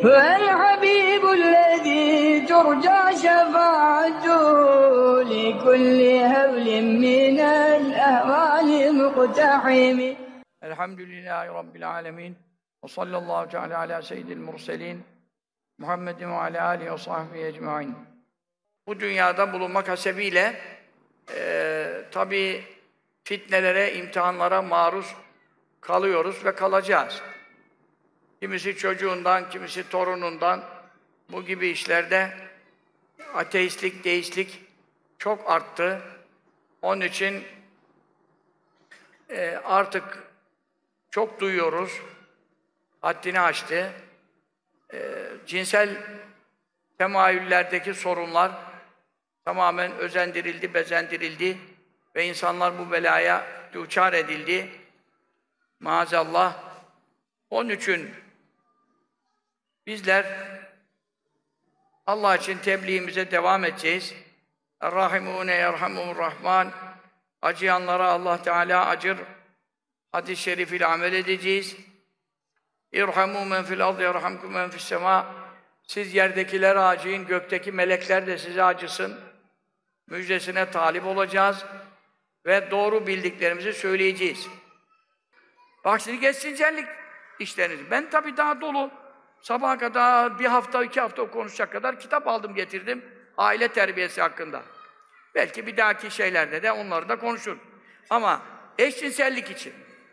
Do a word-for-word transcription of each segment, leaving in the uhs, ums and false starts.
هو الحبيب الذي ترجى شفاعته لكل هول من الأهوال مقتحم. Elhamdülillahi Rabbil alemin. Ve sallallahu teala ala seyyidil murselin. Muhammedin ve ala alihi ve sahbihi ecmaîn. Bu dünyada bulunmak hasebiyle e, tabii fitnelere, imtihanlara maruz kalıyoruz ve kalacağız. Kimisi çocuğundan, kimisi torunundan bu gibi işlerde ateistlik, deistlik çok arttı. Onun için e, artık çok duyuyoruz, haddini aştı. E, cinsel temayüllerdeki sorunlar tamamen özendirildi, bezendirildi ve insanlar bu belaya düçar edildi. Maazallah. Onun için bizler Allah için tebliğimize devam edeceğiz. Er-Rahimûne yerhamûr Rahman. Acıyanlara Allah Teala acır. Hadis-i şerif ile amel edeceğiz. İrhamû men fil ardı yerhamkum men fis semâ. Siz yerdekiler acıyın, gökteki melekler de size acısın. Müjdesine talip olacağız ve doğru bildiklerimizi söyleyeceğiz. Bak şimdi geçsincellik işleriniz. Ben tabii daha dolu. Sabaha kadar bir hafta, iki hafta konuşacak kadar kitap aldım, getirdim. Aile terbiyesi hakkında. Belki bir dahaki şeylerde de onları da konuşur. Ama eşcinsellik için.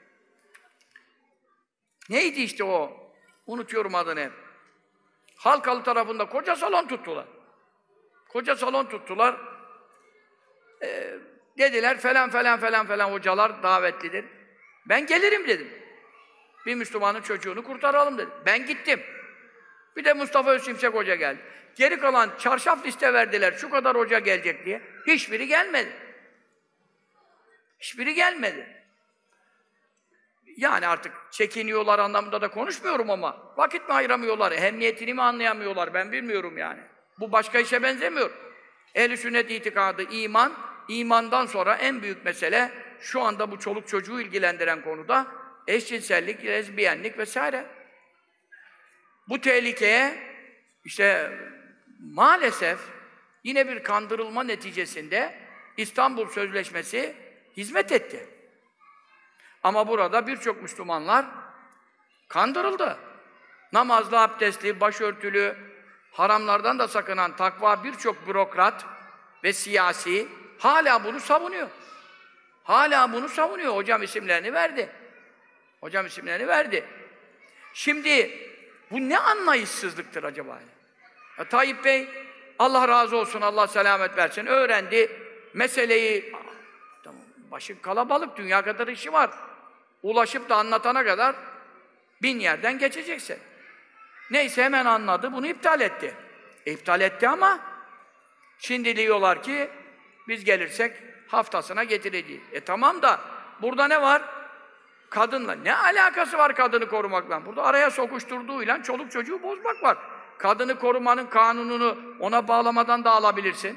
Neydi işte o? Unutuyorum adını. Halkalı tarafında koca salon tuttular. Koca salon tuttular. Ee, dediler falan falan falan falan hocalar davetlidir. Ben gelirim dedim. Bir Müslümanın çocuğunu kurtaralım dedim. Ben gittim. Bir de Mustafa Özçimşek Hoca geldi. Geri kalan çarşaf liste verdiler, şu kadar hoca gelecek diye. Hiçbiri gelmedi. Hiçbiri gelmedi. Yani artık çekiniyorlar anlamında da konuşmuyorum ama vakit mi ayıramıyorlar, ehemmiyetini mi anlayamıyorlar ben bilmiyorum yani. Bu başka işe benzemiyor. Ehl-i sünnet itikadı, iman, imandan sonra en büyük mesele şu anda bu çoluk çocuğu ilgilendiren konuda eşcinsellik, lezbiyenlik vesaire. Bu tehlikeye işte maalesef yine bir kandırılma neticesinde İstanbul Sözleşmesi hizmet etti. Ama burada birçok Müslümanlar kandırıldı. Namazlı, abdestli, başörtülü, haramlardan da sakınan takva birçok bürokrat ve siyasi hala bunu savunuyor. Hala bunu savunuyor. Hocam isimlerini verdi. Hocam isimlerini verdi. Şimdi bu ne anlayışsızlıktır acaba? Ya, Tayyip Bey, Allah razı olsun, Allah selamet versin, öğrendi meseleyi. Tamam, başı kalabalık, dünya kadar işi var. Ulaşıp da anlatana kadar bin yerden geçeceksin. Neyse hemen anladı, bunu iptal etti. E, iptal etti ama şimdi diyorlar ki biz gelirsek haftasına getireceğiz. E tamam da burada ne var? Kadınla. Ne alakası var kadını korumakla? Burada araya sokuşturduğuyla çoluk çocuğu bozmak var. Kadını korumanın kanununu ona bağlamadan da alabilirsin.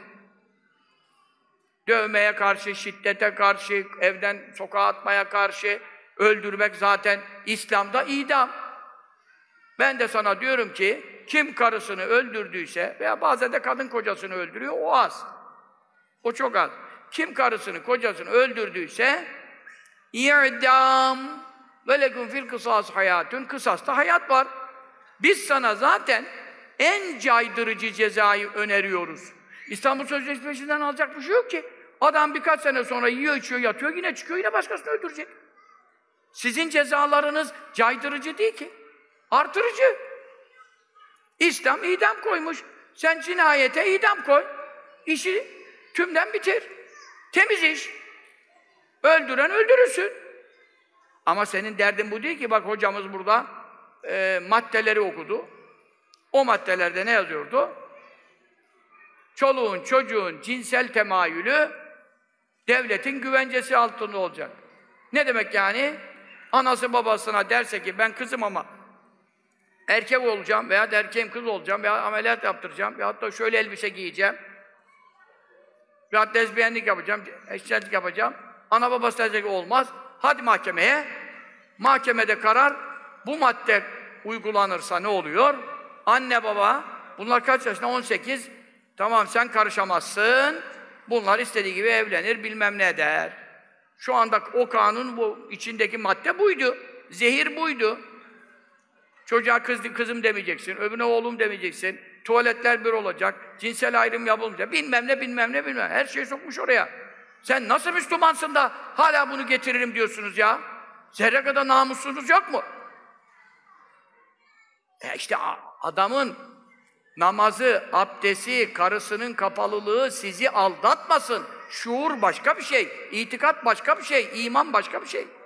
Dövmeye karşı, şiddete karşı, evden sokağa atmaya karşı, öldürmek zaten İslam'da idam. Ben de sana diyorum ki, kim karısını öldürdüyse veya bazen de kadın kocasını öldürüyor, o az. O çok az. Kim karısını, kocasını öldürdüyse İ'dam ve lekum fil kısas hayatun. Kısasta hayat var. Biz sana zaten en caydırıcı cezayı öneriyoruz. İstanbul Sözleşmesi'nden alacak bir şey yok ki. Adam birkaç sene sonra yiyor, içiyor, yatıyor, yine çıkıyor, yine başkasını öldürecek. Sizin cezalarınız caydırıcı değil ki. Artırıcı. İslam idam koymuş. Sen cinayete idam koy. İşi tümden bitir. Temiz iş. Öldüren öldürürsün. Ama senin derdin bu değil ki. Bak hocamız burada e, maddeleri okudu. O maddelerde ne yazıyordu? Çoluğun, çocuğun cinsel temayülü devletin güvencesi altında olacak. Ne demek yani? Anası babasına derse ki ben kızım ama erkek olacağım veya erkeğim kız olacağım veya ameliyat yaptıracağım veya da şöyle elbise giyeceğim veya lezbiyenlik yapacağım, eşcinsellik yapacağım. Ana babası diyecek ki olmaz. Hadi mahkemeye. Mahkemede karar bu madde uygulanırsa ne oluyor? Anne baba, bunlar kaç yaşında? on sekiz. Tamam sen karışamazsın. Bunlar istediği gibi evlenir, bilmem ne der. Şu anda o kanun, bu içindeki madde buydu. Zehir buydu. Çocuğa kız, kızım demeyeceksin, öbürüne oğlum demeyeceksin. Tuvaletler bir olacak, cinsel ayrım yapılmayacak. Bilmem ne, bilmem ne, bilmem ne. Her şeyi sokmuş oraya. Sen nasıl Müslümansın da hala bunu getiririm diyorsunuz ya? Zerre kadar namusunuz yok mu? E işte adamın namazı, abdesti, karısının kapalılığı sizi aldatmasın. Şuur başka bir şey, itikat başka bir şey, iman başka bir şey.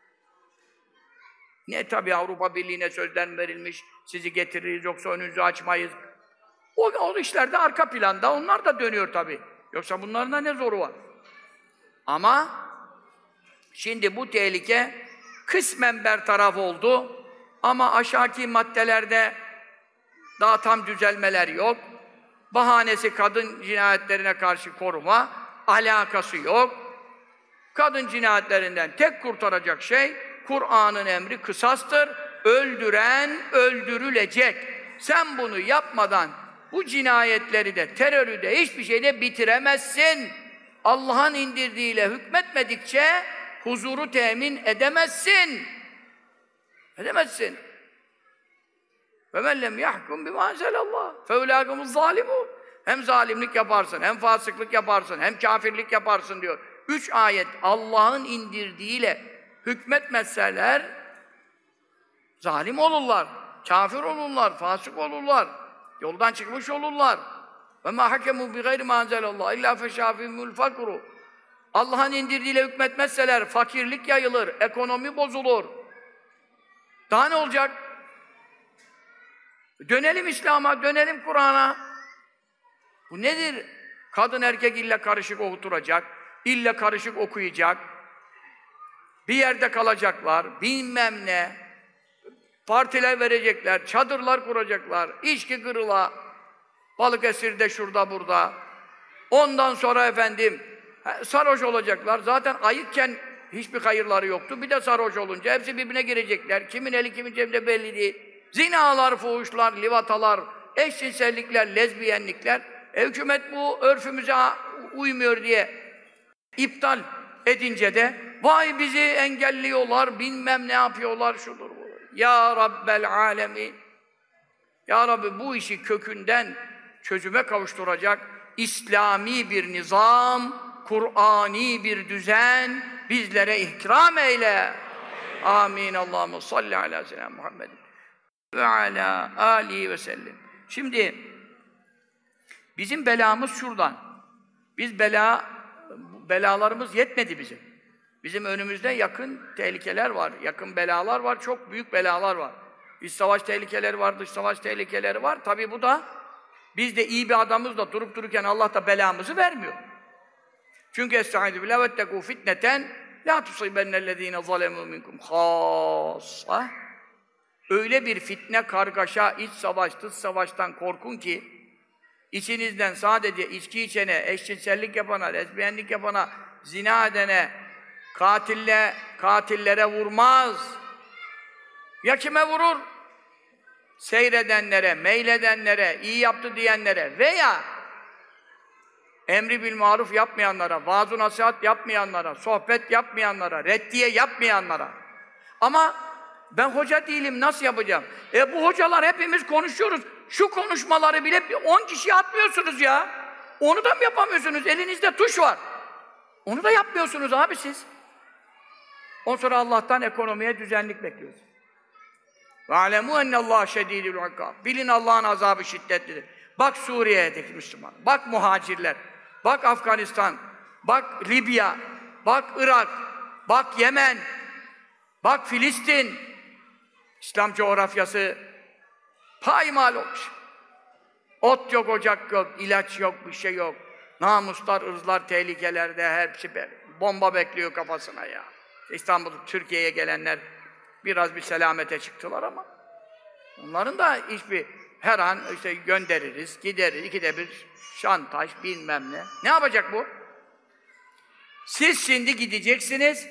Ne tabii Avrupa Birliği'ne sözler verilmiş, sizi getiririz yoksa önünüzü açmayız. O, o işler de arka planda, onlar da dönüyor tabii. Yoksa bunların da ne zoru var? Ama şimdi bu tehlike kısmen bertaraf oldu ama aşağıki maddelerde daha tam düzelmeler yok. Bahanesi kadın cinayetlerine karşı koruma, alakası yok. Kadın cinayetlerinden tek kurtaracak şey, Kur'an'ın emri kısastır. Öldüren öldürülecek. Sen bunu yapmadan bu cinayetleri de, terörü de, hiçbir şeyde bitiremezsin. Allah'ın indirdiğiyle hükmetmedikçe huzuru temin edemezsin. Edemezsin. وَمَنْ لَمْ يَحْكُمْ بِمَا أَنزَلَ اللّٰهِ فَاُولَٰئِكَ الظَّالِمُونَ. Hem zalimlik yaparsın, hem fasıklık yaparsın, hem kafirlik yaparsın diyor. Üç ayet Allah'ın indirdiğiyle hükmetmezseler zalim olurlar, kafir olurlar, fasık olurlar, yoldan çıkmış olurlar. وَمَا حَكَمُوا بِغَيْرِ مَا أَنزَلَ اللّٰهِ اِلَّا فَشَافِهِمُ الْفَقْرُ. Allah'ın indirdiğiyle hükmetmezseler fakirlik yayılır, ekonomi bozulur. Daha ne olacak? Dönelim İslam'a, dönelim Kur'an'a. Bu nedir? Kadın erkek illa karışık oturacak, illa karışık okuyacak. Bir yerde kalacaklar, bilmem ne. Partiler verecekler, çadırlar kuracaklar, içki kırıla, Balıkesir'de şurada burada. Ondan sonra efendim sarhoş olacaklar. Zaten ayıkken hiçbir hayırları yoktu. Bir de sarhoş olunca hepsi birbirine girecekler. Kimin eli kimin cebinde belli değil. Zinalar, fuhuşlar, livatalar, eşcinsellikler, lezbiyenlikler. E, hükümet bu örfümüze uymuyor diye iptal edince de vay bizi engelliyorlar, bilmem ne yapıyorlar, şudur bu. Ya Rabbel Alemin. Ya Rabbi bu işi kökünden çözüme kavuşturacak İslami bir nizam, Kur'ani bir düzen bizlere ikram eyle. Amin. Allahumme salli ala seyyidina Muhammed ve ala alihi ve sellem. Şimdi bizim belamız şuradan. Biz bela belalarımız yetmedi bize. Bizim önümüzde yakın tehlikeler var, yakın belalar var, çok büyük belalar var. İç savaş tehlikeleri var, dış savaş tehlikeleri var. Tabii bu da biz de iyi bir adamız da durup dururken Allah da belamızı vermiyor. Çünkü estaizu billah vettekû fitneten la tusibennellezîne zalemû minkum khâssah. Öyle bir fitne, kargaşa, iç savaş, dış savaştan korkun ki içinizden sadece içki içene, eşcinsellik yapana, lezbiyenlik yapana, zina edene, katille, katillere vurmaz. Ya kime vurur? Seyredenlere, meyledenlere, iyi yaptı diyenlere veya emri bil maruf yapmayanlara, vaaz-ı nasihat yapmayanlara, sohbet yapmayanlara, reddiye yapmayanlara. Ama ben hoca değilim, nasıl yapacağım? E bu hocalar hepimiz konuşuyoruz. Şu konuşmaları bile on kişiye atmıyorsunuz ya. Onu da mı yapamıyorsunuz? Elinizde tuş var. Onu da yapmıyorsunuz abi siz. Ondan sonra Allah'tan ekonomiye düzenlik bekliyoruz. وَعَلَمُوا اَنَّ اللّٰهَ شَد۪يدُ الْعِقَابِ. Bilin Allah'ın azabı şiddetlidir. Bak Suriye'deki Müslüman, bak muhacirler, bak Afganistan, bak Libya, bak Irak, bak Yemen, bak Filistin. İslam coğrafyası paymal olmuş. Ot yok, ocak yok, ilaç yok, bir şey yok. Namuslar, ırzlar tehlikelerde, hepsi be, bomba bekliyor kafasına ya. İstanbul, Türkiye'ye gelenler biraz bir selamete çıktılar ama onların da hiçbir, her an işte göndeririz, gideriz, ikide bir şantaj, bilmem ne. Ne yapacak bu? Siz şimdi gideceksiniz,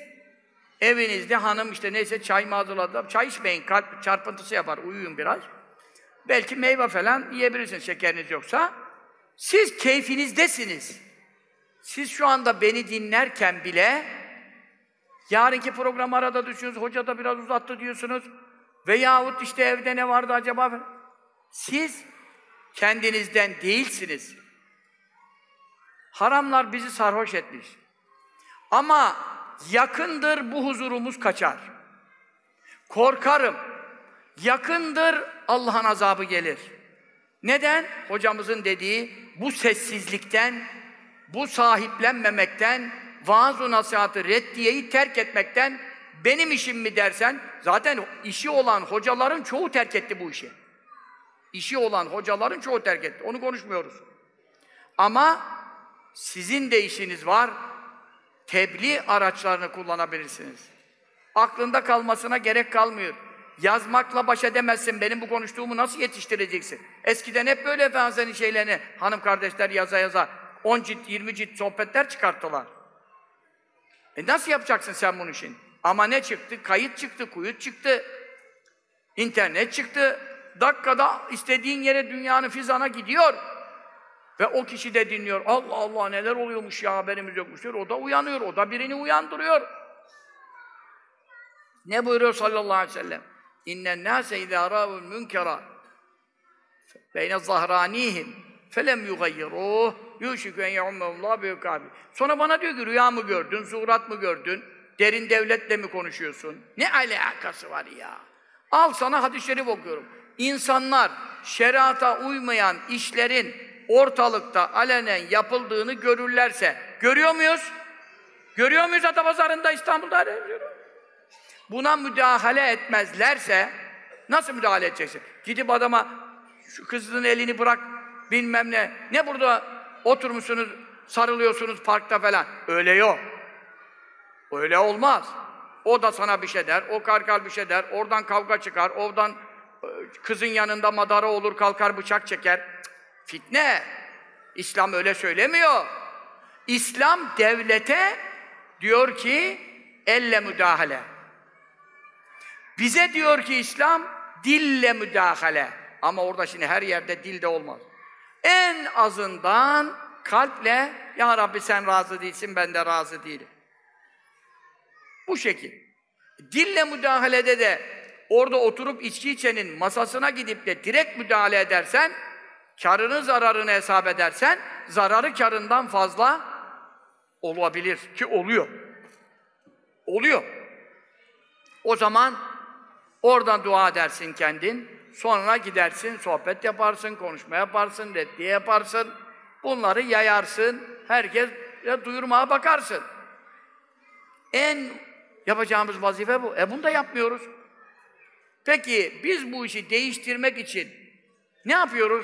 evinizde hanım işte neyse çay mı hazırladı, çay içmeyin, kalp çarpıntısı yapar, uyuyun biraz. Belki meyve falan yiyebilirsiniz şekeriniz yoksa. Siz keyfinizdesiniz. Siz şu anda beni dinlerken bile yarınki programı arada düşüyorsunuz, hoca da biraz uzattı diyorsunuz. Veyahut işte evde ne vardı acaba? Siz kendinizden değilsiniz. Haramlar bizi sarhoş etmiş. Ama yakındır bu huzurumuz kaçar. Korkarım. Yakındır Allah'ın azabı gelir. Neden? Hocamızın dediği bu sessizlikten, bu sahiplenmemekten, vaaz-ı nasihatı, reddiyeyi terk etmekten benim işim mi dersen, zaten işi olan hocaların çoğu terk etti bu işi. İşi olan hocaların çoğu terk etti. Onu konuşmuyoruz. Ama sizin de işiniz var. Tebliğ araçlarını kullanabilirsiniz. Aklında kalmasına gerek kalmıyor. Yazmakla baş edemezsin. Benim bu konuştuğumu nasıl yetiştireceksin? Eskiden hep böyle Efendimiz'in şeylerini hanım kardeşler yaza yaza on cilt, yirmi cilt sohbetler çıkarttılar. E nasıl yapacaksın sen bunun için? Ama ne çıktı? Kayıt çıktı, kuyut çıktı, internet çıktı. Dakikada istediğin yere dünyanın fizana gidiyor. Ve o kişi de dinliyor. Allah Allah neler oluyormuş ya, haberimiz yokmuş diyor. O da uyanıyor, o da birini uyandırıyor. Ne buyuruyor sallallahu aleyhi ve sellem? İnnen nâse izâ râvul münkera beyne zahranîhim felem yugayyiruh yûşikü en yaummehumullah bi'ikâbi. Sonra bana diyor ki rüya mı gördün, zuhurat mı gördün, derin devletle mi konuşuyorsun? Ne alakası var ya? Al sana hadis-i şerif okuyorum. İnsanlar şeriata uymayan işlerin ortalıkta alenen yapıldığını görürlerse, görüyor muyuz? Görüyor muyuz Atapazarı'nda, İstanbul'da? Buna müdahale etmezlerse, nasıl müdahale edeceksin? Gidip adama, şu kızın elini bırak, bilmem ne, ne burada oturmuşsunuz, sarılıyorsunuz parkta falan. Öyle yok. Öyle olmaz. O da sana bir şey der, o kalkar bir şey der, oradan kavga çıkar, oradan kızın yanında madara olur, kalkar bıçak çeker. Cık, fitne. İslam öyle söylemiyor. İslam devlete diyor ki, elle müdahale. Bize diyor ki İslam, dille müdahale. Ama orada şimdi her yerde dilde olmaz. En azından kalple, ya Rabbi sen razı değilsin, ben de razı değilim. Bu şekil. Dille müdahalede de orada oturup içki içenin masasına gidip de direkt müdahale edersen, kârını zararını hesap edersen, zararı kârından fazla olabilir ki oluyor. Oluyor. O zaman oradan dua edersin kendin, sonra gidersin, sohbet yaparsın, konuşma yaparsın, reddiye yaparsın, bunları yayarsın, herkese duyurmaya bakarsın. En yapacağımız vazife bu. E bunu da yapmıyoruz. Peki biz bu işi değiştirmek için ne yapıyoruz?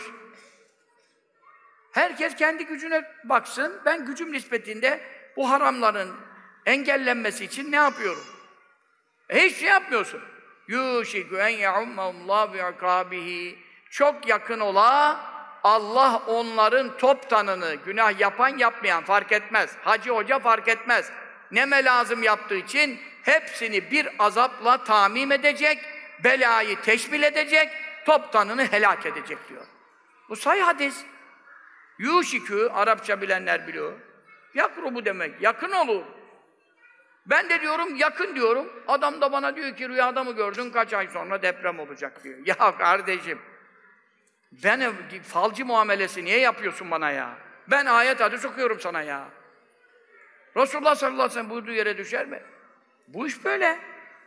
Herkes kendi gücüne baksın. Ben gücüm nispetinde bu haramların engellenmesi için ne yapıyorum? E hiç şey yapmıyorsun. Yûşikü en yaummehumullah bi'ikâbihi. Çok yakın ola, Allah onların toptanını, günah yapan yapmayan fark etmez. Hacı hoca fark etmez. Neme lazım yaptığı için hepsini bir azapla tamim edecek, belayı teşmil edecek, toptanını helak edecek diyor. Bu sahih hadis. Yûşikü, Arapça bilenler biliyor. Yakrubu demek, yakın olur. Ben de diyorum, yakın diyorum. Adam da bana diyor ki, rüyada mı gördün, kaç ay sonra deprem olacak diyor. Ya kardeşim, ben falcı muamelesi niye yapıyorsun bana ya? Ben ayet hadis okuyorum sana ya. Resulullah sallallahu aleyhi ve sellem buyurduğu yere düşer mi? Bu iş böyle.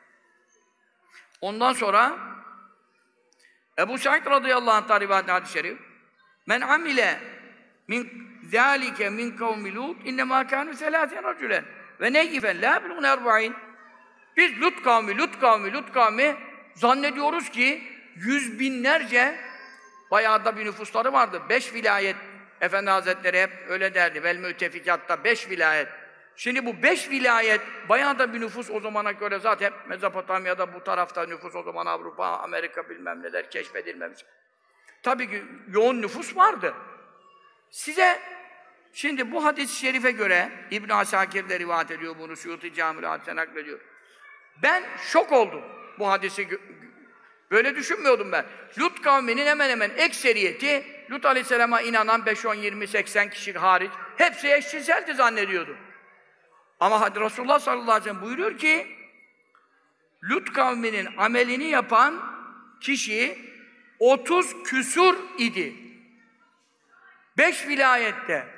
Ondan sonra Ebu Said radıyallahu anh'ta rivayet hadis-i şerif, men amile min zâlike min kavmi Lut innemâ kânû selâsen racülen ve neyyifen lâ bilûn erba'in. Biz Lut kavmi, Lut kavmi, Lut kavmi zannediyoruz ki yüz binlerce, bayağı da bir nüfusları vardı. Beş vilayet, Efendi Hazretleri hep öyle derdi. Vel mütefikatta beş vilayet. Şimdi bu beş vilayet, bayağı da bir nüfus o zamana göre zaten Mezopotamya'da bu tarafta nüfus o zaman Avrupa, Amerika bilmem neler keşfedilmemiş. Tabii ki yoğun nüfus vardı. Size şimdi bu hadis-i şerife göre İbn Asakir de rivayet ediyor bunu, Suyuti Câmi'l hadis'ten naklediyor. Ben şok oldum bu hadisi Böyle düşünmüyordum ben. Lut kavminin hemen hemen ekseriyeti, Lut Aleyhisselam'a inanan beş, on, yirmi, seksen kişi hariç, hepsi eşcinseldi zannediyordu. Ama hadi Resulullah sallallahu aleyhi ve sellem buyuruyor ki, Lut kavminin amelini yapan kişi otuz küsur idi. Beş vilayette.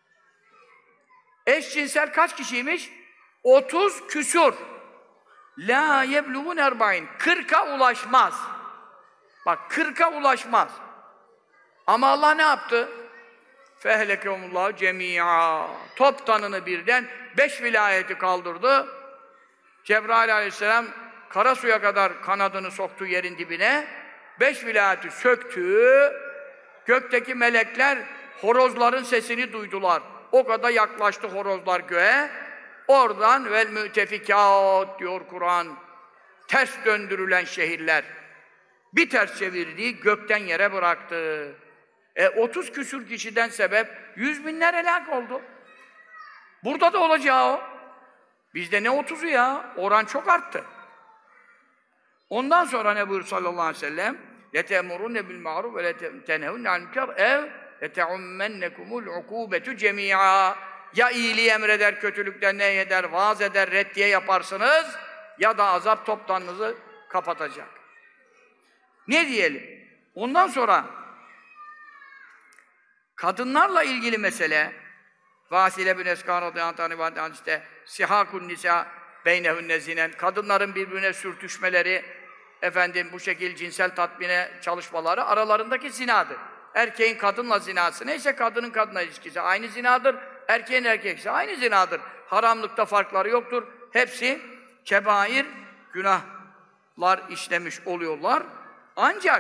Eşcinsel kaç kişiymiş? Otuz küsur. La yebluğun erba'in. Kırka ulaşmaz. Bak kırka ulaşmaz. Ama Allah ne yaptı? Fehlekehumullahu cemî'a. Toptanını birden beş vilayeti kaldırdı. Cebrail aleyhisselam kara suya kadar kanadını soktu yerin dibine. Beş vilayeti söktü. Gökteki melekler horozların sesini duydular. O kadar yaklaştı horozlar göğe. Oradan vel mütefikât diyor Kur'an. Ters döndürülen şehirler. Bir ters çevirdiği gökten yere bıraktı. E otuz küsür kişiden sebep yüz binler helak oldu. Burada da olacağı o. Bizde ne otuzu ya? Oran çok arttı. Ondan sonra ne buyur sallallahu aleyhi ve sellem? لَتَأْمُرُنَّ بِالْمَعْرُوفِ وَلَتَنْهَوْنَ عَنِ الْمُنكَرِ اَوْ لَتَعُمَّنَّكُمُ الْعُقُوبَةُ جَمِيعًا. Ya iyiliği emreder, kötülükten nehyeder, vaaz eder, reddiye yaparsınız ya da azap toptanınızı kapatacak. Ne diyelim? Ondan sonra kadınlarla ilgili mesele Vasile bin Eskan radıyallahu anh işte sihakun nisa beynehunne zinen, kadınların birbirine sürtüşmeleri, efendim bu şekil cinsel tatmine çalışmaları aralarındaki zinadır. Erkeğin kadınla zinası neyse kadının kadınla ilişkisi aynı zinadır. Erkeğin erkekse aynı zinadır. Haramlıkta farkları yoktur. Hepsi kebair günahlar işlemiş oluyorlar. Ancak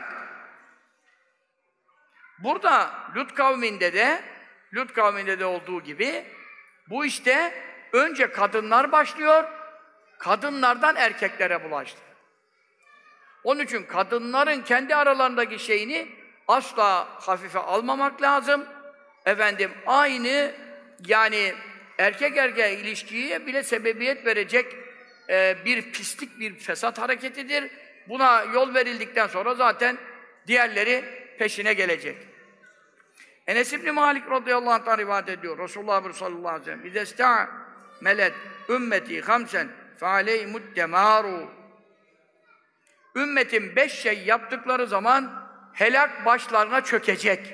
burada Lut kavminde de Lut kavminde de olduğu gibi bu işte önce kadınlar başlıyor, kadınlardan erkeklere bulaştı. Onun için kadınların kendi aralarındaki şeyini asla hafife almamak lazım. Efendim aynı yani erkek erkeğe ilişkiye bile sebebiyet verecek e, bir pislik, bir fesat hareketidir. Buna yol verildikten sonra zaten diğerleri peşine gelecek. Enes İbn Malik radıyallahu anh'tan rivayet ediyor. Resulullah sallallahu aleyhi ve sellem İzestâ melet ümmeti hamsen fealeyhimud demâru. Ümmetin beş şey yaptıkları zaman helak başlarına çökecek.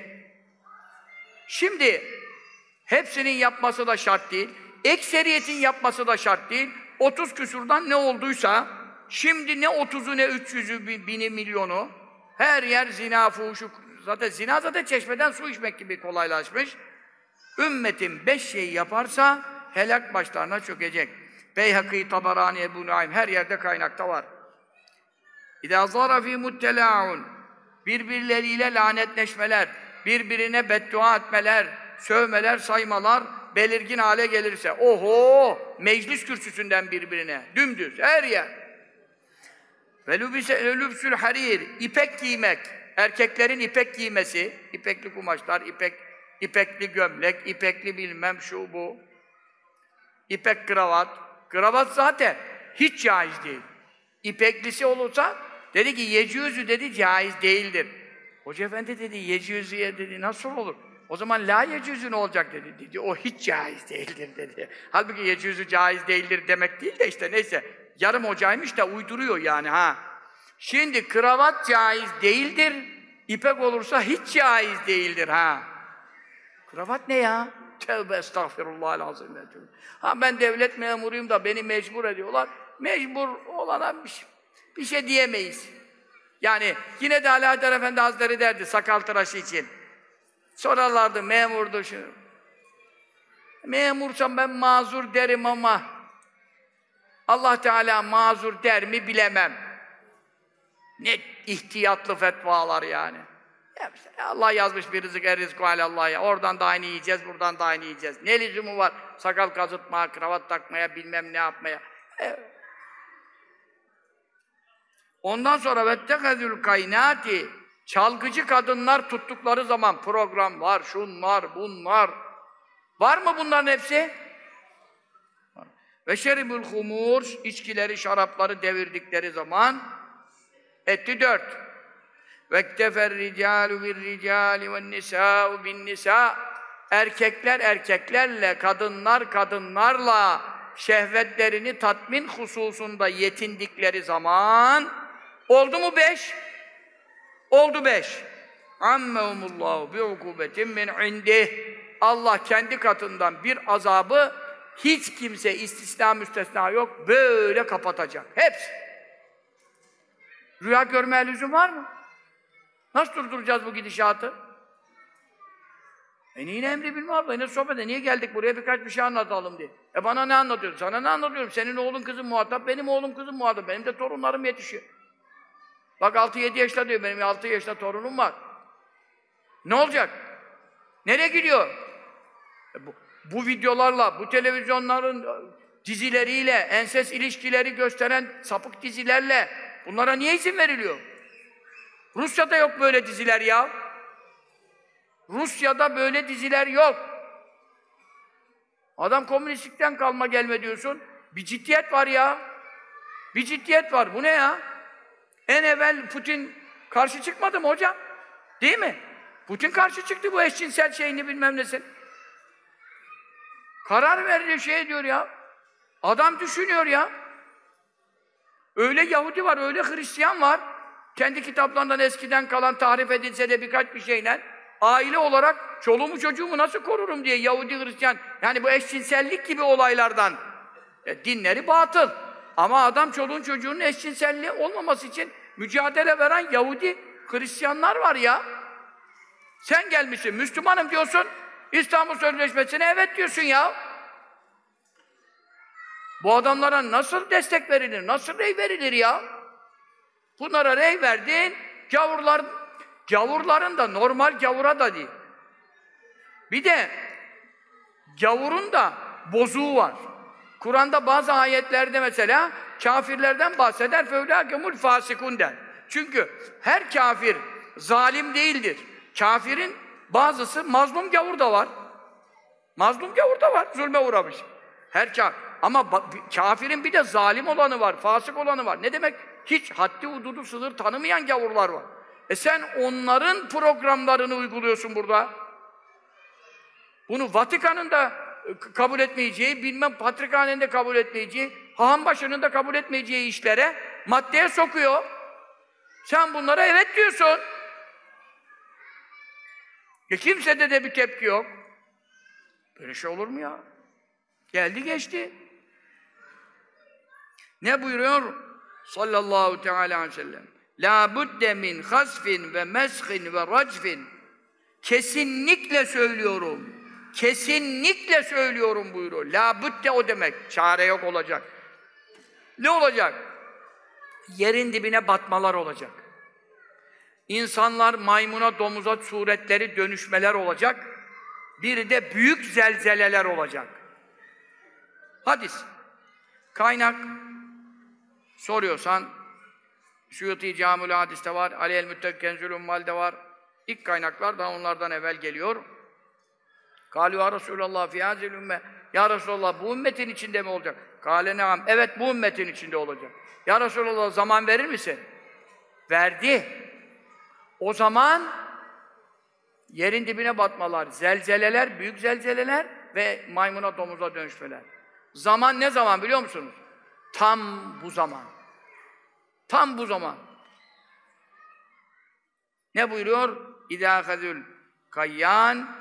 Şimdi hepsinin yapması da şart değil, ekseriyetin yapması da şart değil. otuz küsurdan ne olduysa, şimdi ne otuzu ne üç yüzü, bini, milyonu, her yer zina, fuhuşu, zaten zina zaten çeşmeden su içmek gibi kolaylaşmış. Ümmetin beş şeyi yaparsa helak başlarına çökecek. Beyhakî, Tabarani, Ebu Nuaym, her yerde kaynakta var. İdâ zâra fî muttelâ'un, birbirleriyle lanetleşmeler, birbirine beddua etmeler, sövmeler, saymalar belirgin hale gelirse, oho! Meclis kürsüsünden birbirine, dümdüz, her yer. Ve lübsül harir, ipek giymek, erkeklerin ipek giymesi, ipekli kumaşlar, ipek, ipekli gömlek, ipekli bilmem şu bu, ipek kravat, kravat zaten hiç caiz değil. İpeklisi olursa, dedi ki yecüzü dedi, caiz değildir. Hoca efendi dedi, yecüzüye dedi, nasıl olur? O zaman la yecüzü ne olacak dedi. Dedi, o hiç caiz değildir dedi. Halbuki yecüzü caiz değildir demek değil de işte neyse, yarım hocaymış da uyduruyor yani ha. Şimdi kravat caiz değildir, ipek olursa hiç caiz değildir ha. Kravat ne ya? Tevbe estağfirullahal-azim. Ha ben devlet memuruyum da beni mecbur ediyorlar. Mecbur olana bir şey, bir şey diyemeyiz. Yani yine de Ali Haydar Efendi Hazretleri derdi sakal tıraşı için. Sorarlardı memurdu şu. Memursam ben mazur derim ama Allah Teala mazur der mi bilemem. Ne ihtiyatlı fetvalar yani. Ya işte Allah yazmış bir rızık, er rızkı alallah ya. Oradan da aynı yiyeceğiz, buradan da aynı yiyeceğiz. Ne lüzumu var? Sakal kazıtmaya, kravat takmaya, bilmem ne yapmaya. Evet. Ondan sonra vettekezül kaynati, çalgıcı kadınlar tuttukları zaman program var, şunlar, bunlar. Var mı bunların hepsi? Ve şeribül humur, içkileri, şarapları devirdikleri zaman Etti dört. وَاكْتَفَ الرِّجَالُ بِالرِّجَالِ وَالنِّسَاءُ بِالنِّسَاءِ Erkekler erkeklerle, kadınlar kadınlarla şehvetlerini tatmin hususunda yetindikleri zaman oldu mu beş? Oldu beş. Ammehumullahu bi'ukubetin min indih. Allah kendi katından bir azabı hiç kimse istisna müstesna yok, böyle kapatacak. Hepsi. Rüya görmeye lüzum var mı? Nasıl durduracağız bu gidişatı? E yine emri bilme abla, yine sohbete. Niye geldik buraya? Birkaç bir şey anlatalım diye. E bana ne anlatıyorsun? Sana ne anlatıyorum? Senin oğlun kızın muhatap, benim oğlum kızım muhatap. Benim de torunlarım yetişiyor. Bak altı yedi yaşta diyor, benim altı yaşta torunum var. Ne olacak? Nereye gidiyor? E bu, bu videolarla, bu televizyonların dizileriyle, enses ilişkileri gösteren sapık dizilerle bunlara niye izin veriliyor? Rusya'da yok böyle diziler ya. Rusya'da böyle diziler yok. Adam komünistlikten kalma gelme diyorsun. Bir ciddiyet var ya. Bir ciddiyet var. Bu ne ya? En evvel Putin karşı çıkmadı mı hocam? Değil mi? Putin karşı çıktı bu eşcinsel şeyini bilmem nesin. Karar veriyor, şey diyor ya. Adam düşünüyor ya. Öyle Yahudi var, öyle Hristiyan var. Kendi kitaplarından eskiden kalan tahrif edilse de birkaç bir şeyler. Aile olarak çoluğumu çocuğumu nasıl korurum diye Yahudi Hristiyan. Yani bu eşcinsellik gibi olaylardan. E, dinleri batıl. Ama adam çoluğun çocuğunun eşcinselliği olmaması için mücadele veren Yahudi Hristiyanlar var ya. Sen gelmişsin, Müslümanım diyorsun, İstanbul Sözleşmesi'ne evet diyorsun ya. Bu adamlara nasıl destek verilir, nasıl rey verilir ya? Bunlara rey verdin, gavurlar, gavurların da normal gavura da değil. Bir de gavurun da bozuğu var. Kur'an'da bazı ayetlerde mesela kafirlerden bahseder, فَاُولَٰئِكَ fasıkun der. Çünkü her kafir zalim değildir. Kafirin bazısı, mazlum gavur da var. Mazlum gavur da var, zulme uğramış. Her kafir. Ama kafirin bir de zalim olanı var, fasık olanı var. Ne demek? Hiç haddi hududu sınır tanımayan gavurlar var. E sen onların programlarını uyguluyorsun burada. Bunu Vatikan'ın da kabul etmeyeceği, bilmem Patrikhane'nin de kabul etmeyeceği, Hahambaşı'nın da kabul etmeyeceği işlere maddeye sokuyor. Sen bunlara evet diyorsun. E kimsede de bir tepki yok. Böyle şey olur mu ya? Geldi geçti. Ne buyuruyor? Sallallahu teala aleyhi ve sellem. La budde min hasfin ve meshin ve racfin. Kesinlikle söylüyorum. Kesinlikle söylüyorum buyuruyor. La budde o demek. Çare yok olacak. Ne olacak? Yerin dibine batmalar olacak. İnsanlar maymuna, domuza suretleri dönüşmeler olacak. Bir de büyük zelzeleler olacak. Hadis. Kaynak soruyorsan Suyuti Camül Hadis'te var, Ali el-Müttekkenzül Ummal'de var. İlk kaynaklar da onlardan evvel geliyor. Kâlû ya Resulallah fî hâzil ümme. Ya Resulallah bu ümmetin içinde mi olacak? Kâle neam. Evet bu ümmetin içinde olacak. Ya Resulallah zaman verir misin? Verdi. O zaman yerin dibine batmalar, zelzeleler, büyük zelzeleler ve maymuna domuza dönüşmeler. Zaman ne zaman biliyor musunuz? Tam bu zaman. Tam bu zaman. Ne buyuruyor? İzâ khazül kayyan.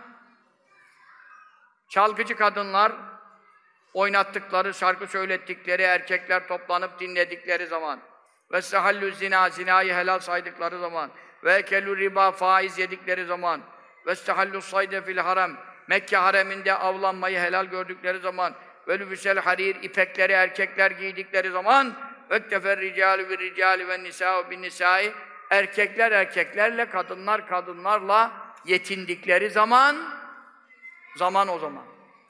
Çalgıcı kadınlar oynattıkları, şarkı söylettikleri, erkekler toplanıp dinledikleri zaman ve sehallü zina, zinayı helal saydıkları zaman ve ekelü riba, faiz yedikleri zaman ve stehallü sayde fil harem, Mekke hareminde avlanmayı helal gördükleri zaman ve lübüsel harir, ipekleri erkekler giydikleri zaman vektefer ricalü bir ricalü ve nisâ'u bin nisâ'i, erkekler erkeklerle, kadınlar kadınlarla yetindikleri zaman, zaman o zaman.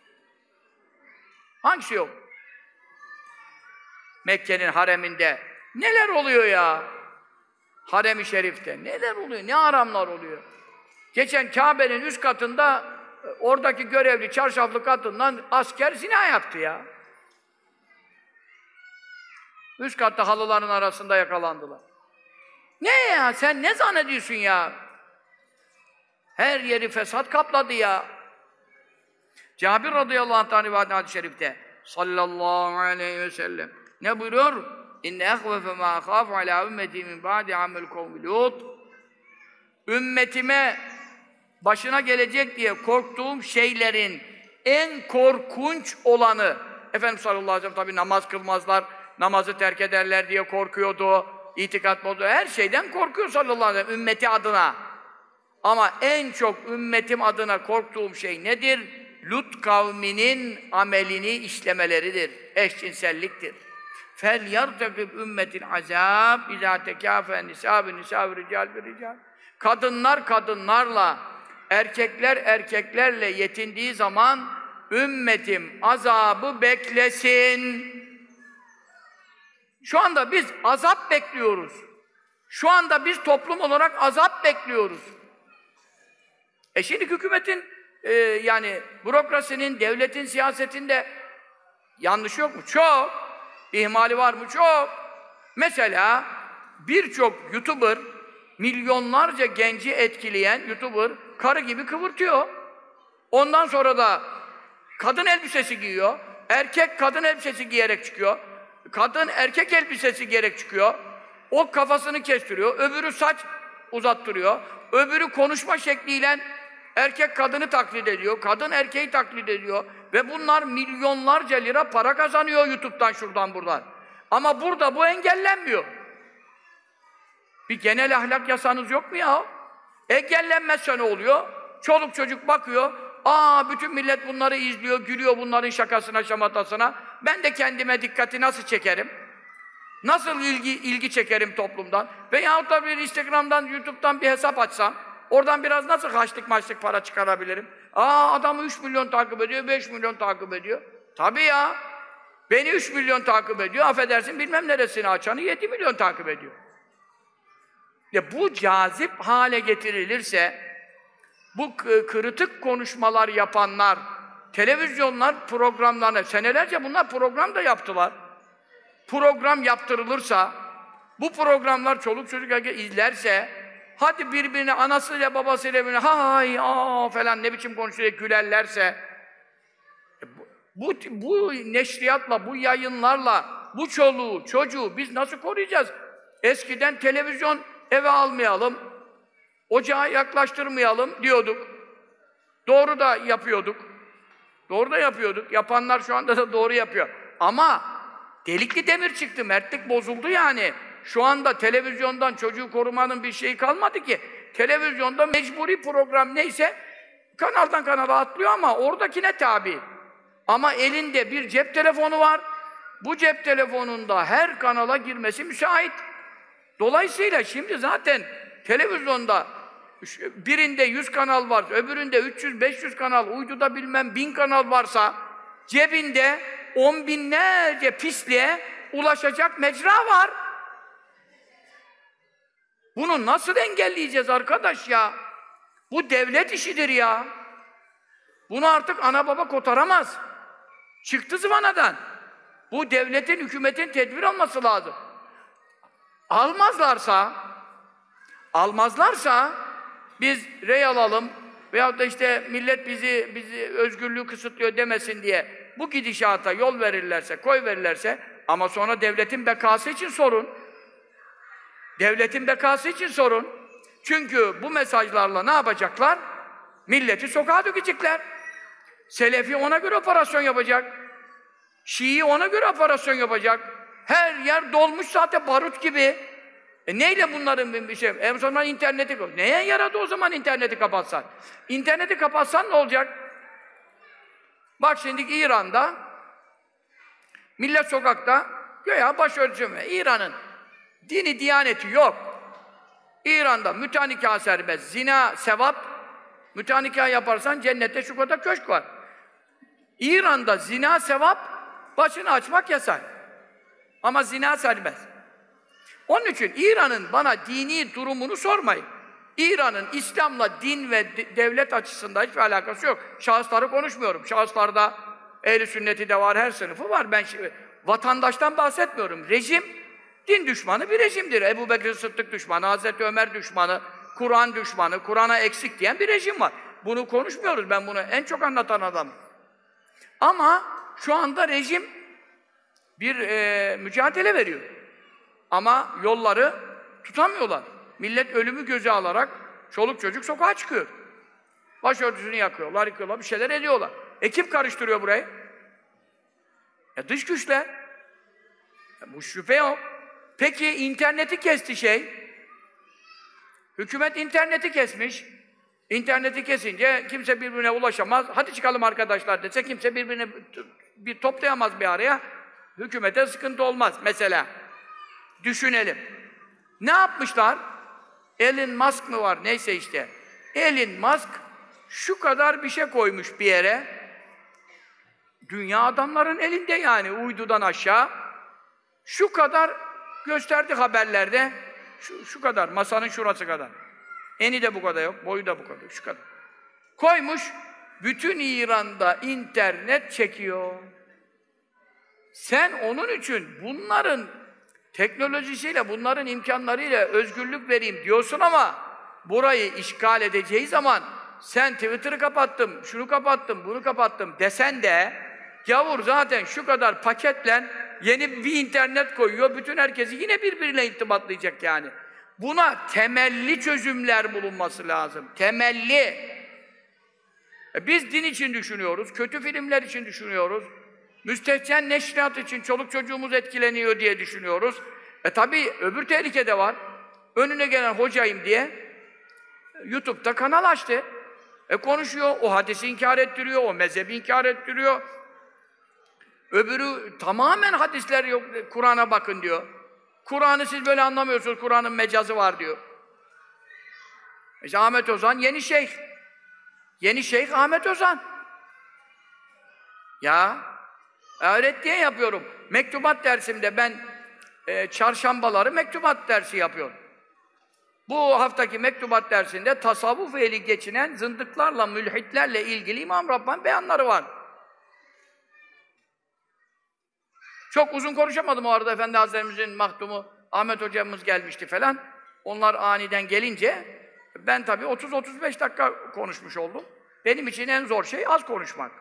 Hangisi yok? Mekke'nin hareminde neler oluyor ya? Harem-i Şerif'te neler oluyor? Ne haramlar oluyor? Geçen Kabe'nin üst katında oradaki görevli çarşaflı kadından asker zina yaptı ya. Üst katta halıların arasında yakalandılar. Ne ya? Sen ne zannediyorsun ya? Her yeri fesat kapladı ya. Cabir radıyallahu anh rivayet hadis-i şerifte sallallahu aleyhi ve sellem ne buyuruyor? İnne ehvefe ma akhafu ala ümmeti min ba'di amel kavmi Lut. Ümmetime başına gelecek diye korktuğum şeylerin en korkunç olanı, Efendimiz sallallahu aleyhi ve sellem tabi namaz kılmazlar, namazı terk ederler diye korkuyordu, itikat bozuyor, her şeyden korkuyor sallallahu aleyhi ve sellem ümmeti adına. Ama en çok ümmetim adına korktuğum şey nedir? Lut kavminin amelini işlemeleridir, eşcinselliktir. فَلْيَرْتَقِبْ ümmeti azab اِذَا تَكَافَ نِسَابِ نِسَابِ رِجَالِ بِرِجَالِ. Kadınlar kadınlarla, erkekler erkeklerle yetindiği zaman ümmetim azabı beklesin. Şu anda biz azap bekliyoruz. Şu anda biz toplum olarak azap bekliyoruz. E şimdi hükümetin, e, yani bürokrasinin, devletin siyasetinde yanlış yok mu? Çok. İhmali var mı? Çok. Mesela birçok YouTuber, milyonlarca genci etkileyen YouTuber karı gibi kıvırtıyor. Ondan sonra da kadın elbisesi giyiyor. Erkek kadın elbisesi giyerek çıkıyor. Kadın erkek elbisesi giyerek çıkıyor. O kafasını kestiriyor. Öbürü saç uzattırıyor. Öbürü konuşma şekliyle erkek kadını taklit ediyor. Kadın erkeği taklit ediyor. Ve bunlar milyonlarca lira para kazanıyor YouTube'dan, şuradan, buradan. Ama burada bu engellenmiyor. Bir genel ahlak yasanız yok mu ya? Engellenmezse ne oluyor? Çoluk çocuk bakıyor. Aa, bütün millet bunları izliyor, gülüyor bunların şakasına, şamatasına. Ben de kendime dikkati nasıl çekerim? Nasıl ilgi ilgi çekerim toplumdan? Veyahut da bir Instagram'dan, YouTube'dan bir hesap açsam, oradan biraz nasıl haçlık maçlık para çıkarabilirim? Aa, adamı üç milyon takip ediyor, beş milyon takip ediyor. Tabii ya. Beni üç milyon takip ediyor, affedersin bilmem neresini açanı yedi milyon takip ediyor. Ya bu cazip hale getirilirse, bu kırıtık konuşmalar yapanlar, televizyonlar programlarına, senelerce bunlar program da yaptılar. Program yaptırılırsa, bu programlar çoluk çocuk erkek izlerse, hadi birbirine, anasıyla babasıyla birbirine hay aa falan ne biçim konuşuyor gülerlerse, bu, bu, bu neşriyatla, bu yayınlarla, bu çoluğu, çocuğu biz nasıl koruyacağız? Eskiden televizyon eve almayalım, ocağa yaklaştırmayalım diyorduk. Doğru da yapıyorduk. Doğru da yapıyorduk. Yapanlar şu anda da doğru yapıyor. Ama delikli demir çıktı, mertlik bozuldu yani. Şu anda televizyondan çocuğu korumanın bir şeyi kalmadı ki. Televizyonda mecburi program neyse kanaldan kanala atlıyor ama oradakine tabi. Ama elinde bir cep telefonu var. Bu cep telefonunda her kanala girmesi müsait. Dolayısıyla şimdi zaten televizyonda birinde yüz kanal var, öbüründe üç yüz beş yüz kanal, uyduda bilmem bin kanal varsa cebinde on binlerce pisliğe ulaşacak mecra var. Bunu nasıl engelleyeceğiz arkadaş ya? Bu devlet işidir ya. Bunu artık ana baba kotaramaz. Çıktı zıvanadan. Bu devletin, hükümetin tedbir alması lazım. Almazlarsa, almazlarsa biz rey alalım veyahut da işte millet bizi, bizi özgürlüğü kısıtlıyor demesin diye bu gidişata yol verirlerse, koy verirlerse ama sonra devletin bekası için sorun. Devletin bekası için sorun. Çünkü bu mesajlarla ne yapacaklar? Milleti sokağa dökecekler. Selefi ona göre operasyon yapacak. Şii ona göre operasyon yapacak. Her yer dolmuş zaten barut gibi. E neyle bunların bir şey? En sonunda interneti kapat. Neye yaradı o zaman interneti kapatsan? İnterneti kapatsan ne olacak? Bak şimdi İran'da millet sokakta ya başörtüsü mü? İran'ın dini diyaneti yok. İran'da mütenikâh serbest, zina sevap, mütenikâh yaparsan cennette şu kadar köşk var. İran'da zina sevap, başını açmak yasak. Ama zina serbest. Onun için İran'ın bana dini durumunu sormayın. İran'ın İslam'la din ve devlet açısından hiçbir alakası yok. Şahısları konuşmuyorum. Şahıslarda ehl-i sünneti de var, her sınıfı var. Ben şimdi, vatandaştan bahsetmiyorum. Rejim Din düşmanı bir rejimdir. Ebu Bekir Sıddık düşmanı, Hazreti Ömer düşmanı, Kur'an düşmanı, Kur'an'a eksik diyen bir rejim var. Bunu konuşmuyoruz. Ben bunu en çok anlatan adamım. Ama şu anda rejim bir e, mücadele veriyor. Ama yolları tutamıyorlar. Millet ölümü göze alarak çoluk çocuk sokağa çıkıyor. Başörtüsünü yakıyorlar, yıkıyorlar, bir şeyler ediyorlar. E kim karıştırıyor burayı? E dış güçler. E bu şüphe yok. Peki interneti kesti şey. Hükümet interneti kesmiş. İnterneti kesince kimse birbirine ulaşamaz. Hadi çıkalım arkadaşlar dese kimse birbirine bir toplayamaz bir araya. Hükümete sıkıntı olmaz mesela. Düşünelim. Ne yapmışlar? Elon Musk mı var? Neyse işte. Elon Musk şu kadar bir şey koymuş bir yere. Dünya adamların elinde yani uydudan aşağı. Şu kadar gösterdi haberlerde. Şu, şu kadar, masanın şurası kadar. Eni de bu kadar yok, boyu da bu kadar, şu kadar. Koymuş, bütün İran'da internet çekiyor. Sen onun için bunların teknolojisiyle, bunların imkanlarıyla özgürlük vereyim diyorsun ama burayı işgal edeceği zaman sen Twitter'ı kapattım, şunu kapattım, bunu kapattım desen de gavur zaten şu kadar paketle yeni bir internet koyuyor, bütün herkesi yine birbirine irtibatlayacak yani. Buna temelli çözümler bulunması lazım. Temelli. E biz din için düşünüyoruz, kötü filmler için düşünüyoruz, müstehcen neşriyat için çoluk çocuğumuz etkileniyor diye düşünüyoruz. E tabi öbür tehlike de var. Önüne gelen hocayım diye YouTube'da kanal açtı. E konuşuyor, o hadisi inkar ettiriyor, o mezhebi inkar ettiriyor. Öbürü tamamen hadisler yok, Kur'an'a bakın diyor. Kur'an'ı siz böyle anlamıyorsunuz, Kur'an'ın mecazı var diyor. İşte Ahmet Ozan yeni şeyh. Yeni şeyh Ahmet Ozan. Ya, öğrettiğe yapıyorum. Mektubat dersimde ben e, çarşambaları mektubat dersi yapıyorum. Bu haftaki mektubat dersinde tasavvuf ehli geçinen zındıklarla, mülhitlerle ilgili İmam Rabbani beyanları var. Çok uzun konuşamadım o arada. Efendi Hazretlerimizin mahdumu Ahmet hocamız gelmişti falan. Onlar aniden gelince ben tabii otuz otuz beş dakika konuşmuş oldum. Benim için en zor şey az konuşmak.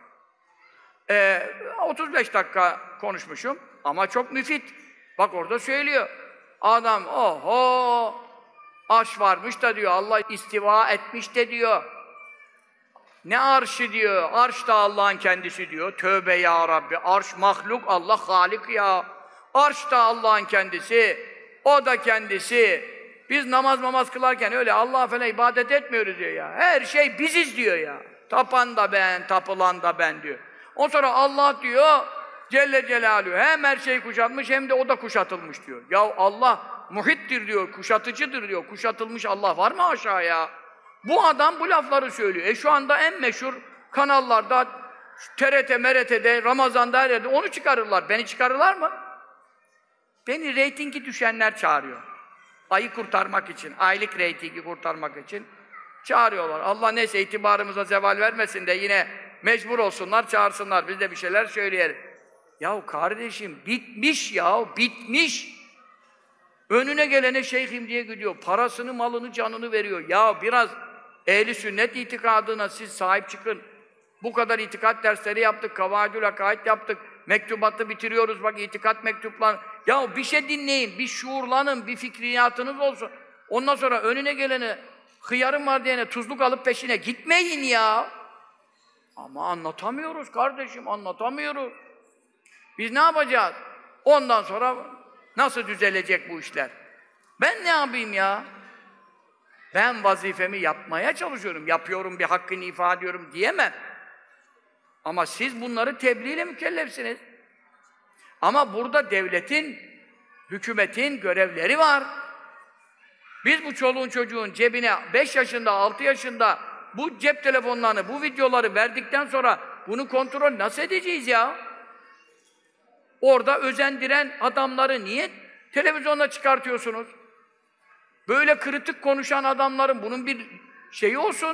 Ee, otuz beş dakika konuşmuşum ama çok müfit. Bak orada söylüyor. Adam oho arş varmış da diyor, Allah istiva etmiş de diyor. Ne arşı diyor, arş da Allah'ın kendisi diyor. Tövbe ya Rabbi, arş mahluk, Allah halik ya. Arş da Allah'ın kendisi, o da kendisi. Biz namaz namaz kılarken öyle Allah'a falan ibadet etmiyoruz diyor ya. Her şey biziz diyor ya. Tapan da ben, tapılan da ben diyor. Ondan sonra Allah diyor, Celle Celaluhu hem her şeyi kuşatmış hem de o da kuşatılmış diyor. Ya Allah muhittir diyor, kuşatıcıdır diyor. Kuşatılmış Allah var mı aşağıya? Bu adam bu lafları söylüyor. E şu anda en meşhur kanallarda, T R T, M R T'de, Ramazan'da her yerde onu çıkarırlar. Beni çıkarırlar mı? Beni reytingi düşenler çağırıyor. Ayı kurtarmak için, aylık reytingi kurtarmak için çağırıyorlar. Allah neyse itibarımıza zeval vermesin de yine mecbur olsunlar, çağırsınlar. Biz de bir şeyler söyleyelim. Yahu kardeşim bitmiş ya, bitmiş. Önüne gelene şeyhim diye gidiyor. Parasını, malını, canını veriyor. Ya biraz ehli sünnet itikadına siz sahip çıkın. Bu kadar itikat dersleri yaptık, kavaidül akaid yaptık. Mektubatı bitiriyoruz bak, itikat mektuplar. Ya bir şey dinleyin, bir şuurlanın, bir fikriyatınız olsun. Ondan sonra önüne gelene hıyarım var diyene tuzluk alıp peşine gitmeyin ya. Ama anlatamıyoruz kardeşim, anlatamıyoruz. Biz ne yapacağız? Ondan sonra nasıl düzelecek bu işler? Ben ne yapayım ya? Ben vazifemi yapmaya çalışıyorum. Yapıyorum, bir hakkını ifade ediyorum diyemem. Ama siz bunları tebliğle mükellefsiniz. Ama burada devletin, hükümetin görevleri var. Biz bu çoluğun çocuğun cebine beş yaşında, altı yaşında bu cep telefonlarını, bu videoları verdikten sonra bunu kontrol nasıl edeceğiz ya? Orada özendiren adamları niye televizyonda çıkartıyorsunuz? Böyle kritik konuşan adamların bunun bir şeyi olsun.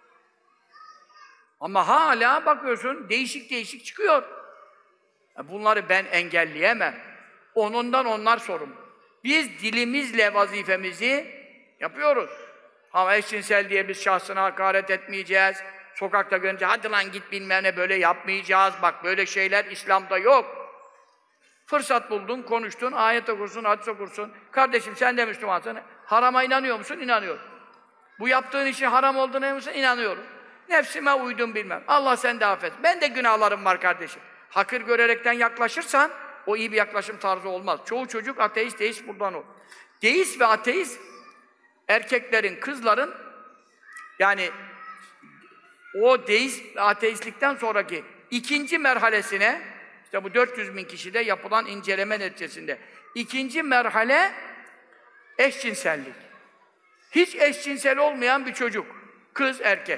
Ama hala bakıyorsun değişik değişik çıkıyor. Bunları ben engelleyemem. Onundan onlar sorumlu. Biz dilimizle vazifemizi yapıyoruz. Ama eşcinsel diye biz şahsına hakaret etmeyeceğiz. Sokakta görünce hadi lan git bilmem ne böyle yapmayacağız. Bak böyle şeyler İslam'da yok. Fırsat buldun, konuştun, ayet okursun, hadis okursun. Kardeşim sen de Müslümansın. Harama inanıyor musun? İnanıyorum. Bu yaptığın işin haram olduğuna inanıyor musun? İnanıyorum. Nefsime uydum bilmem. Allah sen de affet. Ben de günahlarım var kardeşim. Hakir görerekten yaklaşırsan o iyi bir yaklaşım tarzı olmaz. Çoğu çocuk ateist, deist buradan o. Deist ve ateist erkeklerin, kızların yani o deist, ateistlikten sonraki ikinci merhalesine işte bu dört yüz bin kişide yapılan inceleme neticesinde ikinci merhale eşcinsellik. Hiç eşcinsel olmayan bir çocuk, kız, erkek.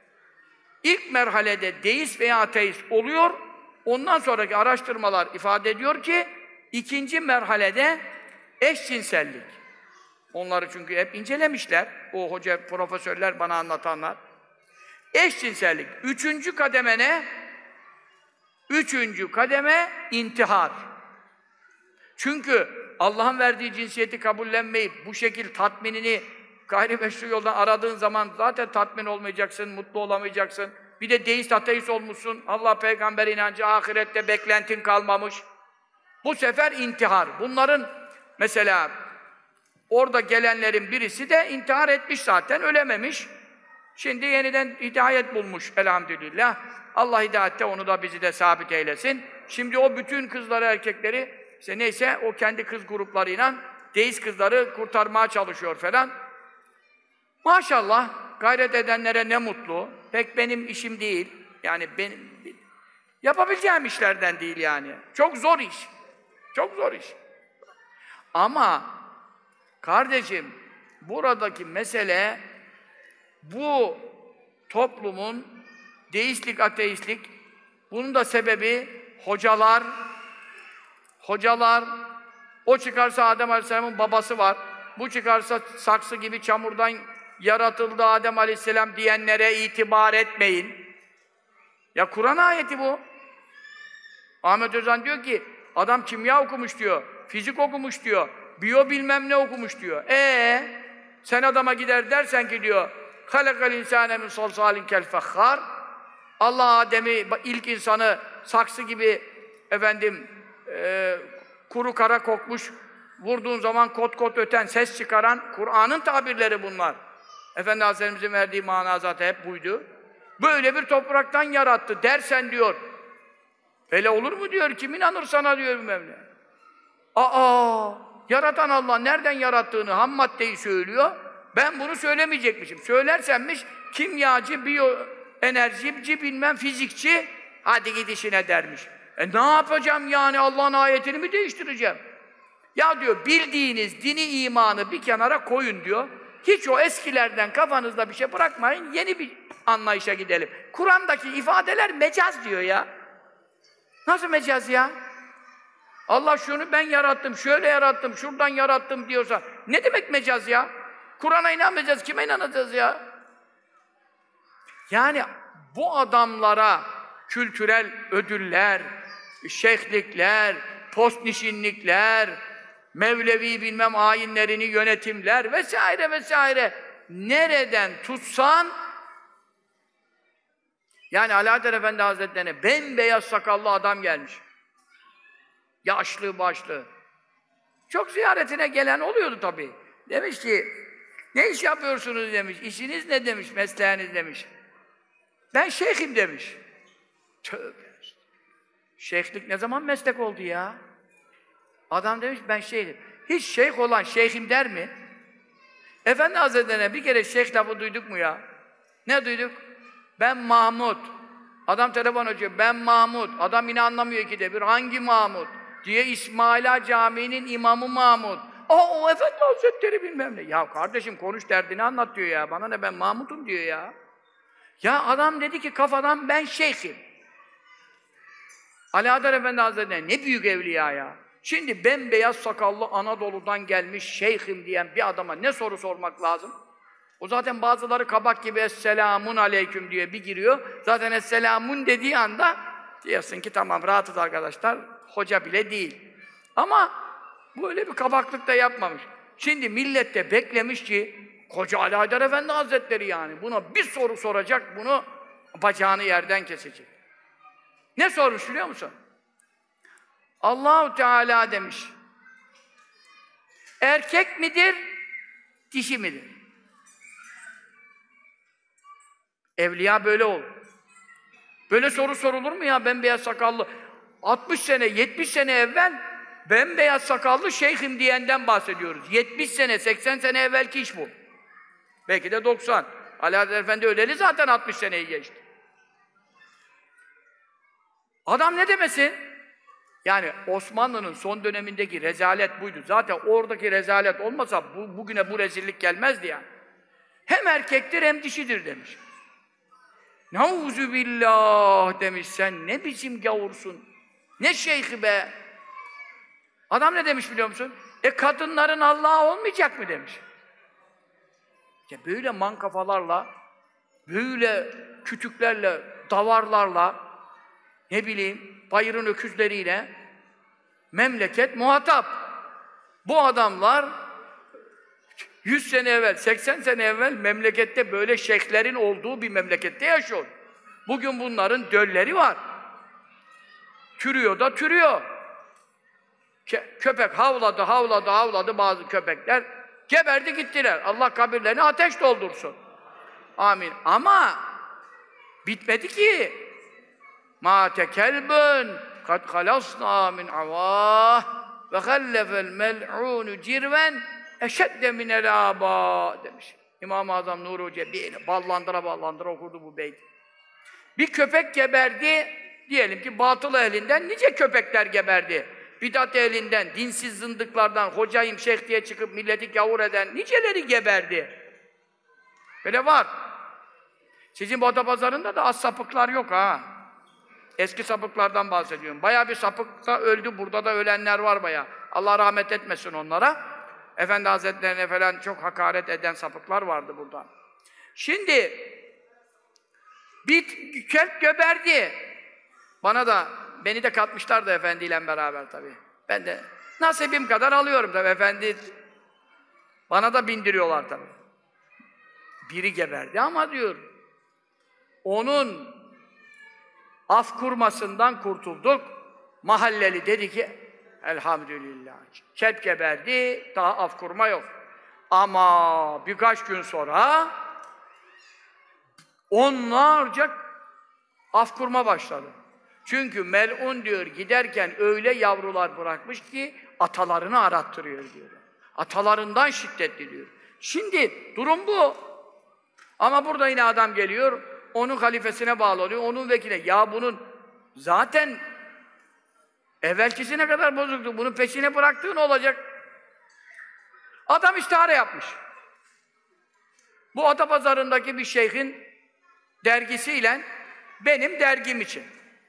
İlk merhalede deist veya ateist oluyor, ondan sonraki araştırmalar ifade ediyor ki ikinci merhalede eşcinsellik. Onları çünkü hep incelemişler, o hoca, profesörler bana anlatanlar. Eşcinsellik. Üçüncü kademe ne? Üçüncü kademe intihar. Çünkü Allah'ın verdiği cinsiyeti kabullenmeyip bu şekil tatminini gayrimeşru yoldan aradığın zaman zaten tatmin olmayacaksın, mutlu olamayacaksın. Bir de deist, ateist olmuşsun. Allah peygamber inancı, ahirette beklentin kalmamış. Bu sefer intihar. Bunların mesela orada gelenlerin birisi de intihar etmiş zaten, ölememiş. Şimdi yeniden hidayet bulmuş elhamdülillah. Allah hidayette onu da bizi de sabit eylesin. Şimdi o bütün kızları, erkekleri işte neyse o kendi kız gruplarıyla deist kızları kurtarmaya çalışıyor falan. Maşallah gayret edenlere ne mutlu. Pek benim işim değil. Yani benim yapabileceğim işlerden değil yani. Çok zor iş. Çok zor iş. Ama kardeşim buradaki mesele bu toplumun deistlik, ateistlik, bunun da sebebi hocalar, hocalar, o çıkarsa Adem Aleyhisselam'ın babası var, bu çıkarsa saksı gibi çamurdan yaratıldı Adem Aleyhisselam diyenlere itibar etmeyin. Ya Kur'an ayeti bu. Ahmet Özan diyor ki, adam kimya okumuş diyor, fizik okumuş diyor, biyo bilmem ne okumuş diyor. Ee, sen adama gider dersen ki diyor, halakal insâne min salsalin kel fekhâr. Allah Adem'i, ilk insanı saksı gibi efendim e, kuru kara kokmuş, vurduğun zaman kot kot öten, ses çıkaran Kur'an'ın tabirleri bunlar. Efendi Hazretlerimizin verdiği mana zaten hep buydu. Böyle bir topraktan yarattı dersen diyor. Öyle olur mu diyor, kim inanır sana diyor bilmem ne. Aa, yaratan Allah nereden yarattığını, ham maddeyi söylüyor. Ben bunu söylemeyecekmişim. Söylersenmiş kimyacı, biyo enerjici, bilmem fizikçi, hadi git işine dermiş. E ne yapacağım yani, Allah'ın ayetini mi değiştireceğim? Ya diyor, bildiğiniz dini imanı bir kenara koyun diyor. Hiç o eskilerden kafanızda bir şey bırakmayın, yeni bir anlayışa gidelim. Kur'an'daki ifadeler mecaz diyor ya. Nasıl mecaz ya? Allah şunu ben yarattım, şöyle yarattım, şuradan yarattım diyorsa, ne demek mecaz ya? Kur'an'a inanmayacağız, kime inanacağız ya? Yani bu adamlara kültürel ödüller, şeyhlikler, postnişinlikler, Mevlevi bilmem ayinlerini, yönetimler vesaire vesaire nereden tutsan, yani Alaeddin Efendi Hazretleri'ne bembeyaz sakallı adam gelmiş. Yaşlı başlı. Çok ziyaretine gelen oluyordu tabii. Demiş ki, ne iş yapıyorsunuz demiş, işiniz ne demiş, mesleğiniz demiş. Ben şeyhim demiş. Tövbe. Şeyhlik ne zaman meslek oldu ya? Adam demiş ben şeyhim. Hiç şeyh olan şeyhim der mi? Efendi Hazretleri'ne bir kere şeyh lafı duyduk mu ya? Ne duyduk? Ben Mahmud. Adam telefon açıyor. Ben Mahmud. Adam yine anlamıyor ki de bir. Hangi Mahmud? Diye İsmaila Camii'nin imamı Mahmud. Aa o Efendi Hazretleri bilmem ne. Ya kardeşim konuş derdini anlat diyor ya. Bana ne ben Mahmud'um diyor ya. Ya adam dedi ki kafadan ben şeyhim. Alaeddin Efendi Hazretleri ne büyük evliya ya. Şimdi bembeyaz sakallı Anadolu'dan gelmiş şeyhim diyen bir adama ne soru sormak lazım? O zaten bazıları kabak gibi Esselamun Aleyküm diye bir giriyor. Zaten Esselamun dediği anda diyorsun ki tamam rahatız arkadaşlar. Hoca bile değil. Ama Böyle bir kabaklık da yapmamış. Şimdi millet de beklemiş ki Koca Ali Haydar Efendi Hazretleri yani buna bir soru soracak, bunu bacağını yerden kesecek. Ne sormuş biliyor musun? Allah-u Teala demiş. Erkek midir, dişi midir? Evliya böyle olur. Böyle soru sorulur mu ya bembeyaz sakallı? altmış sene, yetmiş sene evvel bembeyaz sakallı şeyhim diyenden bahsediyoruz. yetmiş sene, seksen sene evvelki iş bu. Belki de doksan. Ali Haydar Efendi öleli zaten altmış seneyi geçti. Adam ne demesin? Yani Osmanlı'nın son dönemindeki rezalet buydu. Zaten oradaki rezalet olmasa bu, bugüne bu rezillik gelmezdi yani. Hem erkektir hem dişidir demiş. Nauzu billah demiş, sen ne biçim gavursun? Ne şeyhi be? Adam ne demiş biliyor musun? E kadınların Allah'ı olmayacak mı demiş. İşte böyle mankafalarla, böyle kütüklerle, davarlarla, ne bileyim, bayırın öküzleriyle memleket muhatap. Bu adamlar yüz sene evvel, seksen sene evvel memlekette böyle şeyhlerin olduğu bir memlekette yaşıyor. Bugün bunların dölleri var. Türüyor da türüyor. Köpek havladı, havladı, havladı bazı köpekler. Geberdi gittiler. Allah kabirlerini ateş doldursun. Amin. Ama bitmedi ki. مَا تَكَلْبٌ قَدْ خَلَصْنَا مِنْ عَوَاهِ وَخَلَّفَ الْمَلْعُونُ cِرْوًا اَشَدَّ مِنَ الْآبَاءِ demiş. İmam-ı Azam Nuri Hoca bir ballandıra ballandıra okurdu bu beyti. Bir köpek geberdi, diyelim ki batıl ehlinden nice köpekler geberdi. Bidat ehlinden, dinsiz zındıklardan, hocayım, şeyh diye çıkıp milleti gavur eden niceleri geberdi. Böyle var. Sizin bu Adapazarı'nda da az sapıklar yok ha. Eski sapıklardan bahsediyorum. Bayağı bir sapık da öldü, burada da ölenler var bayağı. Allah rahmet etmesin onlara. Efendi Hazretlerine falan çok hakaret eden sapıklar vardı burada. Şimdi bir kelp geberdi. Bana da, beni de katmışlar da efendiyle beraber tabii. Ben de nasibim kadar alıyorum tabii efendi. Bana da bindiriyorlar tabii. Biri geberdi ama diyor, onun af kurmasından kurtulduk. Mahalleli dedi ki, elhamdülillah. Kelp geberdi, daha af kurma yok. Ama birkaç gün sonra onlarca af kurma başladı. Çünkü mel'un diyor, giderken öyle yavrular bırakmış ki atalarını arattırıyor diyor. Atalarından şiddetli diyor. Şimdi durum bu. Ama burada yine adam geliyor, onun halifesine bağlı oluyor, onun vekiline. Ya bunun zaten evvelkisine kadar bozuktu, bunun peşine bıraktığı ne olacak? Adam istihare yapmış. Bu Adapazarı'ndaki bir şeyhin dergisiyle benim dergim için.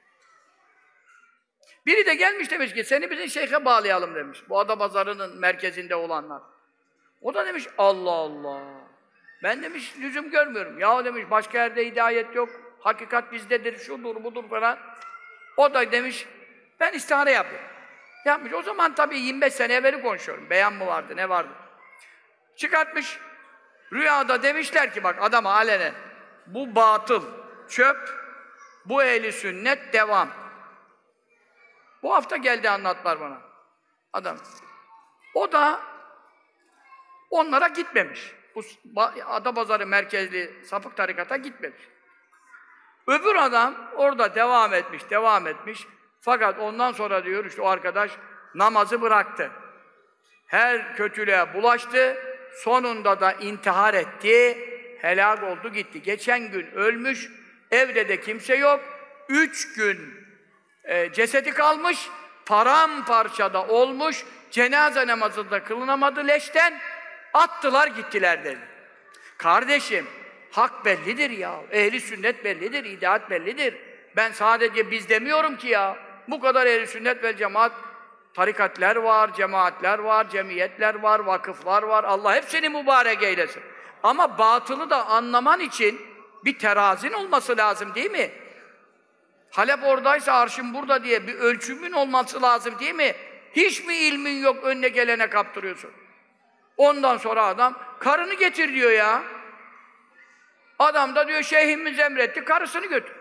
Biri de gelmiş demiş ki, seni bizim şeyhe bağlayalım demiş. Bu Adapazarı'nın merkezinde olanlar. O da demiş, Allah Allah. Ben demiş, lüzum görmüyorum. Ya demiş, başka yerde hidayet yok. Hakikat bizdedir, şudur, budur falan. O da demiş, ben istihare yapıyorum. Yapmış. O zaman tabii yirmi beş sene evveli konuşuyorum. Beyan mı vardı, ne vardı? Çıkartmış. Rüyada demişler ki, bak adama alenen, bu batıl, çöp, bu ehli sünnet, devam. Bu hafta geldi anlattılar bana. Adam. O da onlara gitmemiş. Bu Adapazarı merkezli sapık tarikata gitmemiş. Öbür adam orada devam etmiş, devam etmiş. Fakat ondan sonra diyor işte o arkadaş namazı bıraktı. Her kötülüğe bulaştı. Sonunda da intihar etti. Helak oldu gitti. Geçen gün ölmüş. Evde de kimse yok. Üç gün e, cesedi kalmış. Paramparçada olmuş. Cenaze namazı da kılınamadı leşten. Attılar gittiler dedi. Kardeşim, hak bellidir ya. Ehli sünnet bellidir, ideat bellidir. Ben sadece biz demiyorum ki ya. Bu kadar ehli sünnet ve cemaat, tarikatler var, cemaatler var, cemiyetler var, vakıflar var. Allah hepsini mübarek eylesin. Ama batılı da anlaman için bir terazin olması lazım değil mi? Halep oradaysa arşın burada diye bir ölçümün olması lazım değil mi? Hiç mi ilmin yok, önüne gelene kaptırıyorsun? Ondan sonra adam, karını getir diyor ya. Adam da diyor, şeyhimiz emretti, karısını götür.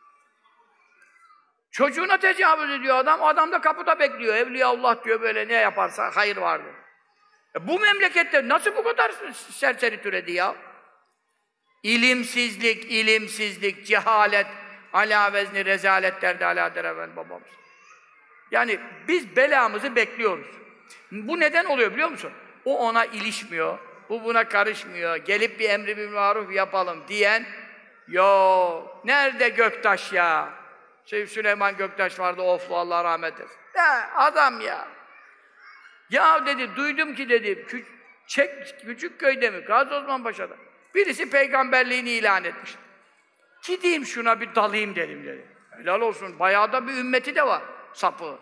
Çocuğuna tecavüz ediyor adam, adam da kapıda bekliyor. Evliyaullah diyor, böyle ne yaparsa hayır vardır. E bu memlekette nasıl bu kadar serseri türedi ya? İlimsizlik, ilimsizlik, cehalet, alâ vezni rezalet derdi alâ dereven babamız. Yani biz belamızı bekliyoruz. Bu neden oluyor biliyor musun? O ona ilişmiyor, bu buna karışmıyor, gelip bir emri bil maruf yapalım diyen yok. Nerede Göktaş ya? Şey, Süleyman Göktaş vardı, of Allah rahmet eylesin. Ya adam ya. Ya dedi, duydum ki dedi, küç çek, küçük köyde mi, Gazi Osman Paşa'da birisi peygamberliğini ilan etmiş. Gideyim şuna bir dalayım dedim dedi. Helal olsun, bayağı da bir ümmeti de var, sapı.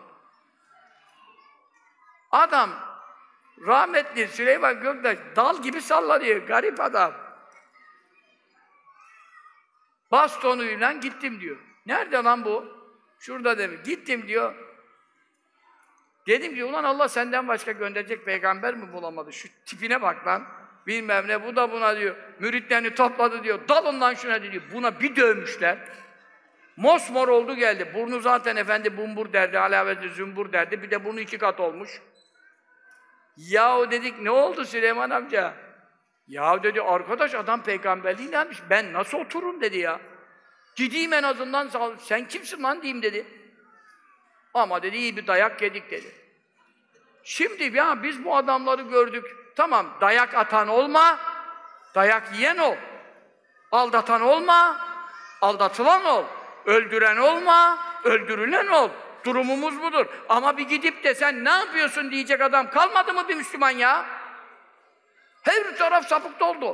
Adam, rahmetli Süleyman Göktaş, dal gibi sallanıyor, garip adam. Bastonuyla gittim diyor. Nerede lan bu? Şurada demiş. Gittim diyor. Dedim ki, ulan Allah senden başka gönderecek peygamber mi bulamadı? Şu tipine bak lan. Bilmem ne, bu da buna diyor. Müritlerini topladı diyor. Dalın lan şuna diyor. Buna bir dövmüşler. Mosmor oldu geldi. Burnu zaten efendi bumbur derdi, alaveti zümbur derdi. Bir de burnu iki kat olmuş. Yahu dedik, ne oldu Süleyman amca? Yahu dedi, arkadaş adam peygamberliğini almış. Ben nasıl otururum dedi ya. Gideyim en azından, sen kimsin lan diyeyim dedi. Ama dedi, iyi bir dayak yedik dedi. Şimdi ya biz bu adamları gördük. Tamam, dayak atan olma, dayak yiyen ol. Aldatan olma, aldatılan ol. Öldüren olma, öldürülen ol. Durumumuz budur. Ama bir gidip de sen ne yapıyorsun diyecek adam kalmadı mı bir Müslüman ya? Her taraf sapık doldu.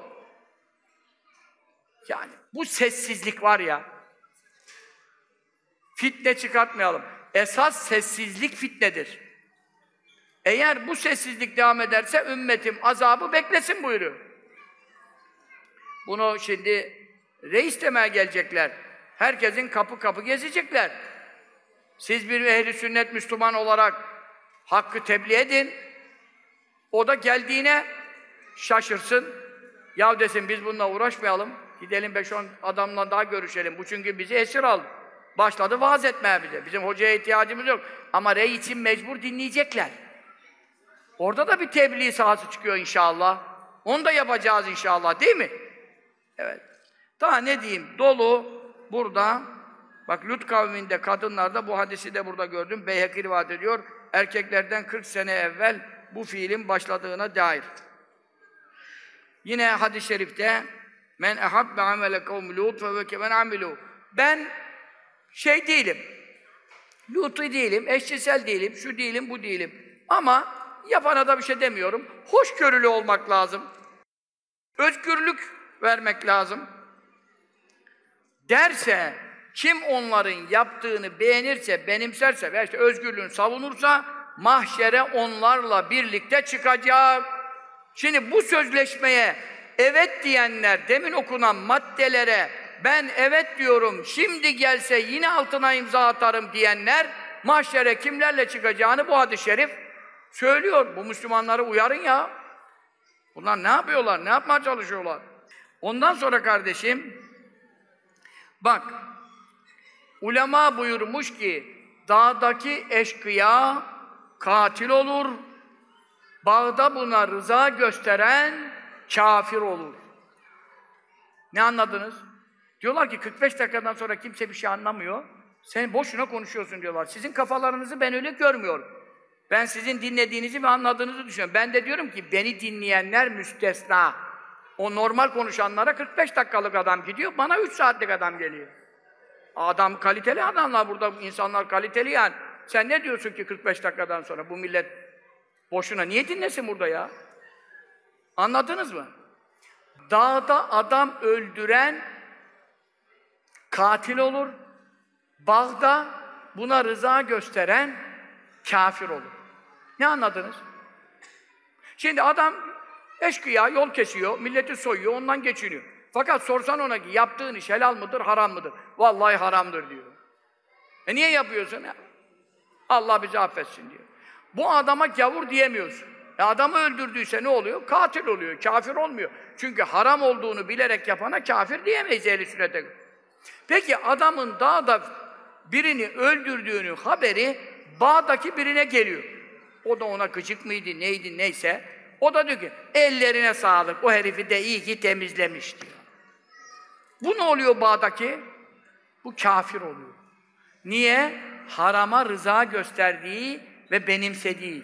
Yani bu sessizlik var ya, fitne çıkartmayalım. Esas sessizlik fitnedir. Eğer bu sessizlik devam ederse ümmetim azabı beklesin buyuruyor. Bunu şimdi reis demeye gelecekler. Herkesin kapı kapı gezecekler. Siz bir ehli sünnet Müslüman olarak hakkı tebliğ edin. O da geldiğine şaşırsın. Ya desin biz bununla uğraşmayalım. Gidelim beş on adamla daha görüşelim. Bu çünkü bizi esir aldı. Başladı vaaz etmeye bize. Bizim hocaya ihtiyacımız yok. Ama rey için mecbur dinleyecekler. Orada da bir tebliğ sahası çıkıyor inşallah. Onu da yapacağız inşallah, değil mi? Evet. Daha ne diyeyim? Dolu burada. Bak Lut kavminde, kadınlarda bu hadisi de burada gördüm. Beyhekî rivayet ediyor. Erkeklerden kırk sene evvel bu fiilin başladığına dair. Yine hadis-i şerifte men ehabbe amele kavmi Lut fe ve kemen amilu. Ben şey değilim. Lut'u değilim, eşcinsel değilim, şu değilim, bu değilim. Ama yapana da bir şey demiyorum. Hoşgörülü olmak lazım. Özgürlük vermek lazım. Derse, kim onların yaptığını beğenirse, benimserse veya işte özgürlüğünü savunursa mahşere onlarla birlikte çıkacak. Şimdi bu sözleşmeye evet diyenler, demin okunan maddelere ben evet diyorum, şimdi gelse yine altına imza atarım diyenler mahşere kimlerle çıkacağını bu hadis-i şerif söylüyor. Bu Müslümanları uyarın ya. Bunlar ne yapıyorlar, ne yapmaya çalışıyorlar? Ondan sonra kardeşim, bak, ulema buyurmuş ki, dağdaki eşkıya katil olur, bağda buna rıza gösteren kafir olur. Ne anladınız? Diyorlar ki kırk beş dakikadan sonra kimse bir şey anlamıyor. Sen boşuna konuşuyorsun diyorlar. Sizin kafalarınızı ben öyle görmüyorum. Ben sizin dinlediğinizi ve anladığınızı düşünüyorum. Ben de diyorum ki beni dinleyenler müstesna. O normal konuşanlara kırk beş dakikalık adam gidiyor, bana üç saatlik adam geliyor. Adam kaliteli adamlar burada, insanlar kaliteli yani. Sen ne diyorsun ki kırk beş dakikadan sonra bu millet boşuna niye dinlesin burada ya? Anladınız mı? Dağda adam öldüren katil olur, bağda buna rıza gösteren kafir olur. Ne anladınız? Şimdi adam eşkıya, yol kesiyor, milleti soyuyor, ondan geçiniyor. Fakat sorsan ona ki yaptığın iş helal mıdır, haram mıdır? Vallahi haramdır diyor. E niye yapıyorsun ya? Allah bizi affetsin diyor. Bu adama gavur diyemiyorsun. E adamı öldürdüyse ne oluyor? Katil oluyor, kafir olmuyor. Çünkü haram olduğunu bilerek yapana kafir diyemeyiz ehl-i sünnete göre. Peki adamın dağda birini öldürdüğünü haberi bağdaki birine geliyor. O da ona gıcık mıydı, neydi, neyse. O da diyor ki, ellerine sağlık, o herifi de iyi ki temizlemiş diyor. Bu ne oluyor bağdaki? Bu kafir oluyor. Niye? Harama rıza gösterdiği ve benimsediği.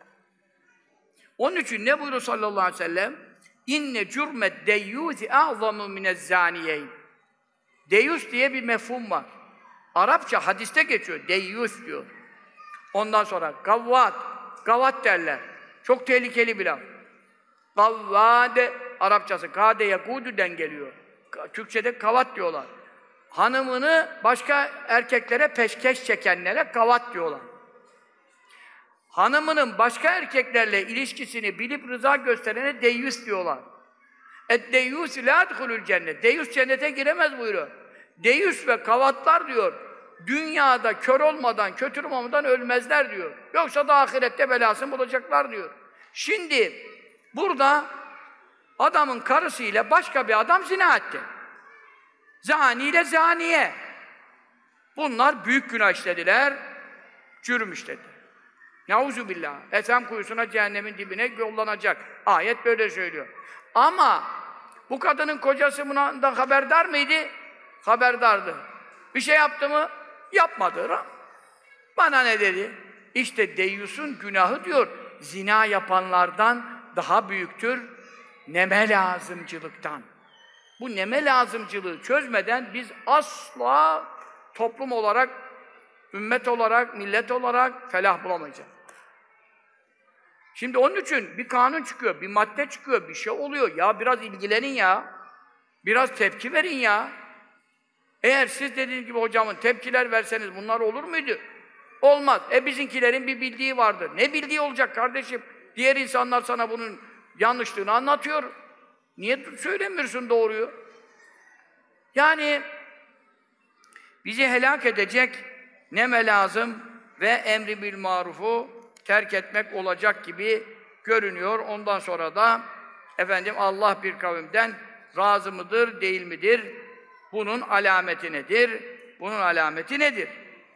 Onun için ne buyuruyor sallallahu aleyhi ve sellem? İnne cürmet deyyûzi a'zamu minezzâniyeyn. Deyyus diye bir mefhum var. Arapça hadiste geçiyor, deyyus diyor. Ondan sonra gavvat, gavat derler. Çok tehlikeli bir laf. Gavvade, Arapçası kâde yekûdü'den geliyor. Türkçe'de kavat diyorlar. Hanımını başka erkeklere peşkeş çekenlere gavat diyorlar. Hanımının başka erkeklerle ilişkisini bilip rıza gösterene deyyus diyorlar. Et-deyyûs lâ yedhulul cennet. Deyyus cennete giremez buyuruyor. Deyyus ve kavatlar diyor, dünyada kör olmadan, kötü olmadan ölmezler diyor. Yoksa da ahirette belasını bulacaklar diyor. Şimdi burada adamın karısıyla başka bir adam zina etti. Zani ile zaniye. Bunlar büyük günah işlediler, cürüm işlediler. Nauzubillah. Ethem kuyusuna, cehennemin dibine yollanacak. Ayet böyle söylüyor. Ama bu kadının kocası bundan haberdar mıydı? Haberdardı. Bir şey yaptı mı? Yapmadı. Bana ne dedi? İşte deyyusun günahı diyor, zina yapanlardan daha büyüktür, neme lazımcılıktan. Bu neme lazımcılığı çözmeden biz asla toplum olarak, ümmet olarak, millet olarak felah bulamayacağız. Şimdi onun için bir kanun çıkıyor, bir madde çıkıyor, bir şey oluyor. Ya biraz ilgilenin ya. Biraz tepki verin ya. Eğer siz dediğiniz gibi hocamın tepkiler verseniz bunlar olur muydu? Olmaz. E bizimkilerin bir bildiği vardı. Ne bildiği olacak kardeşim? Diğer insanlar sana bunun yanlışlığını anlatıyor. Niye söylemiyorsun doğruyu? Yani bizi helak edecek neme lazım ve emri bil marufu terk etmek olacak gibi görünüyor. Ondan sonra da efendim Allah bir kavimden razı mıdır, değil midir? Bunun alameti nedir? Bunun alameti nedir?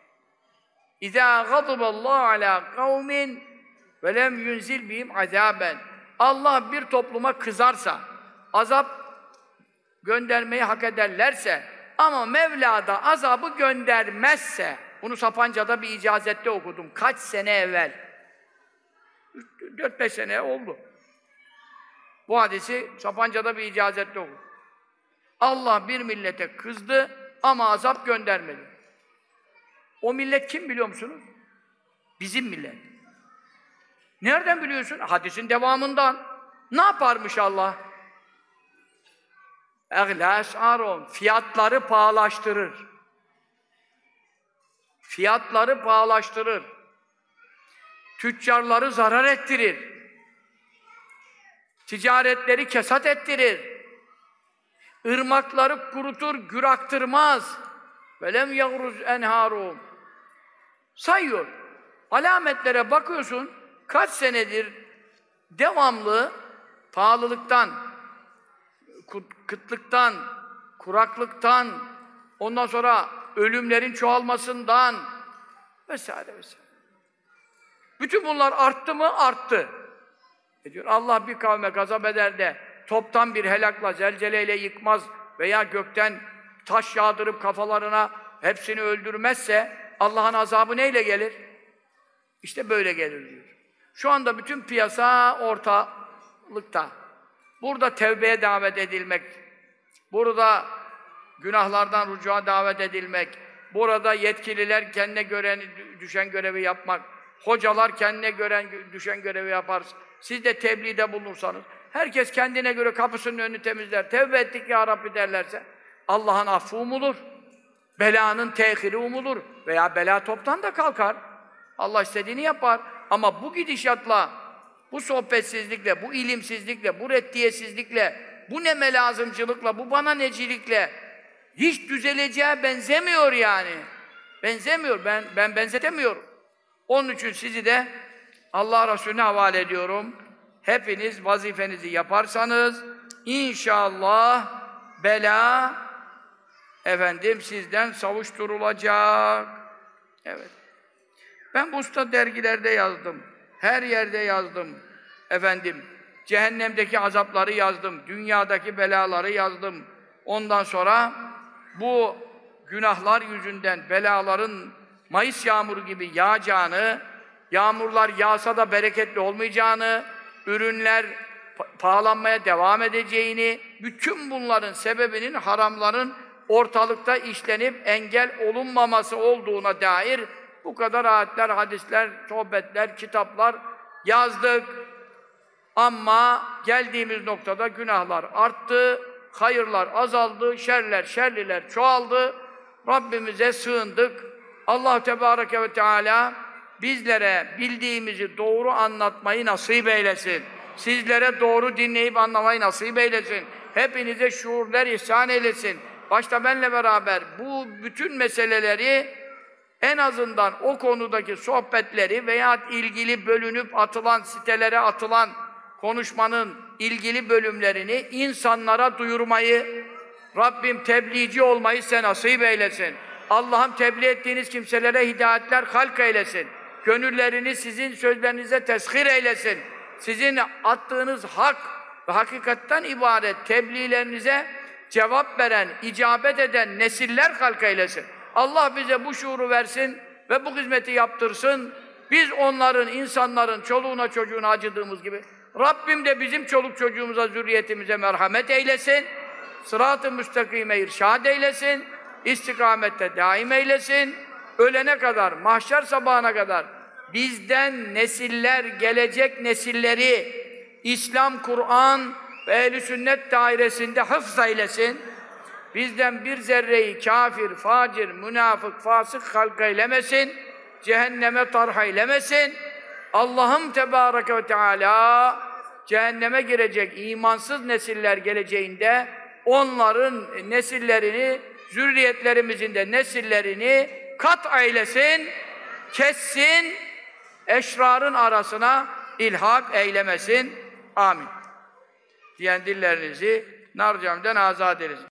İzâ gazıballâhu alâ kavmin ve lem yunzil bihim azâben. Allah bir topluma kızarsa, azap göndermeyi hak ederlerse ama Mevla da azabı göndermezse, bunu Sapanca'da bir icazette okudum kaç sene evvel. dört beş sene oldu. Bu hadisi Sapanca'da bir icazette okudum. Allah bir millete kızdı ama azap göndermedi. O millet kim biliyor musunuz? Bizim millet. Nereden biliyorsun? Hadisin devamından. Ne yaparmış Allah? Eglâs aron. Fiyatları pahalaştırır. Fiyatları pahalaştırır. Tüccarları zarar ettirir. Ticaretleri kesat ettirir. Irmakları kurutur, güraktırmaz. Velem yagruz enharum. Sayıyor. Alametlere bakıyorsun, kaç senedir devamlı pahalılıktan, kıtlıktan, kuraklıktan, ondan sonra ölümlerin çoğalmasından vesaire vesaire. Bütün bunlar arttı mı? Arttı. E diyor, Allah bir kavme gazap eder de toptan bir helakla, zelzeleyle yıkmaz veya gökten taş yağdırıp kafalarına hepsini öldürmezse Allah'ın azabı neyle gelir? İşte böyle gelir diyor. Şu anda bütün piyasa ortalıkta. Burada tevbeye davet edilmek, burada günahlardan rücuğa davet edilmek, burada yetkililer kendine göre düşen görevi yapmak, hocalar kendine göre düşen görevi yapar. Siz de tebliğde bulunursanız, herkes kendine göre kapısının önünü temizler, tevbe ettik ya Rabbi derlerse, Allah'ın affı umulur, belanın tehiri umulur veya bela toptan da kalkar. Allah istediğini yapar. Ama bu gidişatla, bu sohbetsizlikle, bu ilimsizlikle, bu reddiyesizlikle, bu neme lazımcılıkla, bu bana necilikle hiç düzeleceğe benzemiyor yani. Benzemiyor. Ben ben benzetemiyorum. Onun için sizi de Allah Resulüne havale ediyorum. Hepiniz vazifenizi yaparsanız inşallah bela efendim sizden savuşturulacak. Evet. Ben bu usta dergilerde yazdım. Her yerde yazdım. Efendim, cehennemdeki azapları yazdım. Dünyadaki belaları yazdım. Ondan sonra bu günahlar yüzünden belaların Mayıs yağmuru gibi yağacağını, yağmurlar yağsa da bereketli olmayacağını, ürünler pahalanmaya devam edeceğini, bütün bunların sebebinin haramların ortalıkta işlenip engel olunmaması olduğuna dair bu kadar ayetler, hadisler, sohbetler, kitaplar yazdık. Ama geldiğimiz noktada günahlar arttı, hayırlar azaldı, şerler, şerliler çoğaldı. Rabbimize sığındık. Allah Tebareke ve Teala bizlere bildiğimizi doğru anlatmayı nasip eylesin. Sizlere doğru dinleyip anlamayı nasip eylesin. Hepinize şuurlar ihsan eylesin. Başta benle beraber bu bütün meseleleri en azından o konudaki sohbetleri veya ilgili bölünüp atılan, sitelere atılan konuşmanın ilgili bölümlerini insanlara duyurmayı, Rabbim tebliğci olmayı sen nasip eylesin. Allah'ım tebliğ ettiğiniz kimselere hidayetler halk eylesin. Gönüllerini sizin sözlerinize teshir eylesin. Sizin attığınız hak ve hakikatten ibaret tebliğlerinize cevap veren, icabet eden nesiller halk eylesin. Allah bize bu şuuru versin ve bu hizmeti yaptırsın. Biz onların, insanların çoluğuna çocuğuna acıdığımız gibi Rabbim de bizim çoluk çocuğumuza, zürriyetimize merhamet eylesin. Sırat-ı müstakime irşad eylesin. İstikamette daim eylesin. Ölene kadar, mahşer sabahına kadar bizden nesiller, gelecek nesilleri İslam, Kur'an ve ehl-i sünnet dairesinde hıfz eylesin. Bizden bir zerreyi kafir, facir, münafık, fasık halk eylemesin. Cehenneme tarh eylemesin. Allah'ım Tebareke ve Teala cehenneme girecek imansız nesiller geleceğinde onların nesillerini, zürriyetlerimizin de nesillerini kat eylesin, kessin, eşrarın arasına ilhak eylemesin. Amin. Diyen dillerinizi nar cehenneminden azad eylesin.